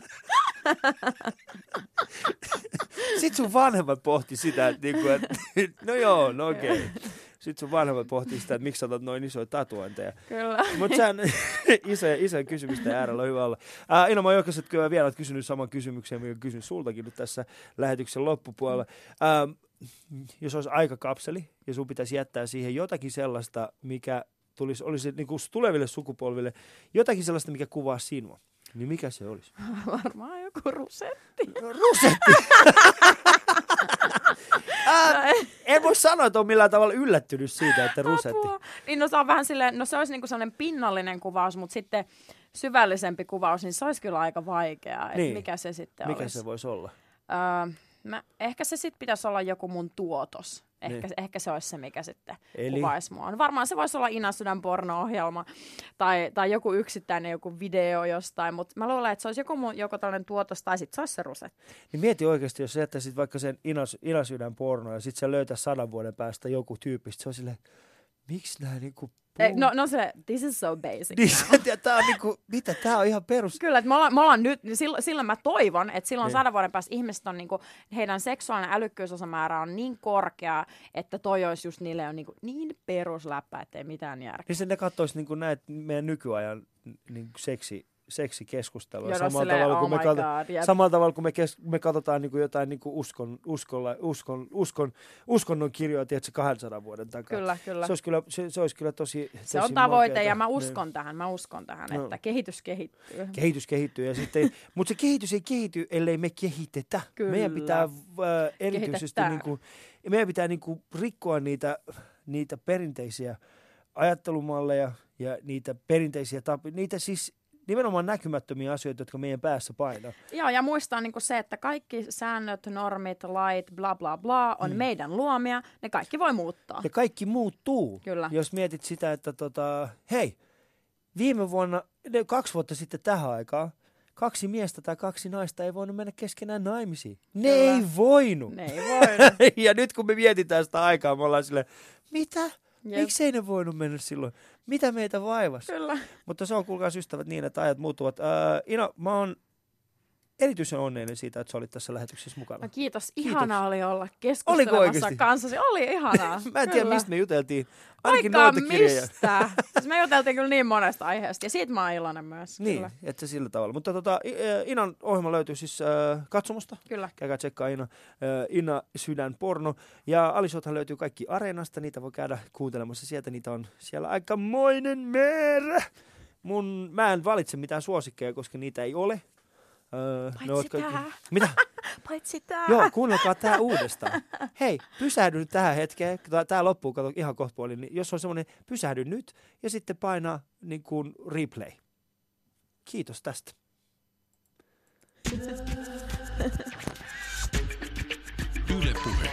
Sitten sun vanhemmat pohti sitä, että no joo, no okei. Sitten sun vanhemmat pohtii sitä, että miksi sä otat noin isoja tatuointeja. Kyllä. Mutta sehän isojen kysymysten äärellä on hyvä olla. Ina, mä jokaisen kyllä vielä olet kysynyt saman kysymyksen, mikä kysyn sultakin nyt tässä lähetyksen loppupuolella. Jos olisi aikakapseli ja sun pitäisi jättää siihen jotakin sellaista, mikä olisi niin kuin tuleville sukupolville, jotakin sellaista, mikä kuvaa sinua. Niin mikä se olisi? Varmaan joku rusetti. Rusetti! En voi sanoa, että on millään tavalla yllättynyt siitä, että rusetti. Apua. Niin no se on vähän silleen, no se olisi niinku sellainen pinnallinen kuvaus, mutta sitten syvällisempi kuvaus, niin se olisi kyllä aika vaikeaa. Niin. Mikä se sitten Mikä olisi? se voisi olla? Ehkä se sitten pitäisi olla joku mun tuotos. Ehkä se olisi se, mikä sitten kuvaisi mua. No varmaan se voisi olla Ina Sydän porno-ohjelma tai joku yksittäinen joku video jostain, mutta mä luulen, että se olisi joku tällainen tuotos tai sitten se olisi se rusetti. Niin mieti oikeasti, jos sä jättäisit vaikka sen Ina Sydän porno ja sitten sä löytäisi 100 vuoden päästä joku tyyppistä, se on silleen, miksi nää niinku... No se, this is so basic. Niin, tää on niinku, mitä, tää on ihan perus. Kyllä, että me ollaan nyt, silloin mä toivon, että silloin 100 vuoden päästä ihmiset on niinku, heidän seksuaalinen älykkyysosamäärä on niin korkea, että toi olisi just niille on niin perusläppä, ettei mitään järkeä. Niin se ne kattoisi niinku näitä meidän nykyajan niinku seksikeskustelua. Samalla tavalla kuin me katsotaan niinku jotain niinku uskonnon kirjoja, tiedätkö, 200 vuoden takaa. Kyllä. Se olisi kyllä tosi se on tavoite makeata. Ja mä uskon tähän, No. että kehitys kehittyy. Kehitys kehittyy, ja sitten, mutta se kehitys ei kehity, ellei me kehitetä. Kyllä. Meidän pitää erityisesti meidän pitää niinku rikkoa niitä perinteisiä ajattelumalleja ja niitä perinteisiä niitä siis nimenomaan näkymättömiä asioita, jotka meidän päässä painaa. Joo, ja muistaa niinku se, että kaikki säännöt, normit, lait, bla bla bla on meidän luomia. Ne kaikki voi muuttaa. Ja kaikki muuttuu. Kyllä. Jos mietit sitä, että hei, viime vuonna, 2 vuotta sitten tähän aikaan, 2 miestä tai 2 naista ei voinut mennä keskenään naimisiin. Ne ei voinut. Ja nyt kun me mietitään sitä aikaa, me ollaan silleen, mitä? Miksei ne voinut mennä silloin? Mitä meitä vaivasi? Kyllä. Mutta se on, kuulkaas ystävät, niin, että ajat muuttuvat. Ina, mä oon erityisen onnellinen siitä, että sä olit tässä lähetyksessä mukana. No kiitos. Ihanaa oli olla keskustelemassa kanssasi. Oli ihanaa. Mä en tiedä, mistä me juteltiin. Vaikka mistä. Siis me juteltiin kyllä niin monesta aiheesta ja siitä mä oon iloinen myös. Niin, kyllä. että sillä tavalla. Mutta Inan ohjelma löytyy siis katsomusta. Kyllä. Käykää tsekkaa Ina Sydän porno. Ja Alisothan löytyy kaikki Areenasta. Niitä voi käydä kuuntelemassa sieltä. Niitä on siellä aikamoinen määrä. Mä en valitse mitään suosikkeja, koska niitä ei ole. Paitsi tää. Mitä? Paitsi tää. Joo, kuunnelkaa tää uudestaan. Hei, pysähdy nyt tähän hetkeen. Tää loppuu, kato ihan kohta puolin. Niin jos on semmoinen, pysähdy nyt ja sitten painaa niin kuin replay. Kiitos tästä. Yle Puhe.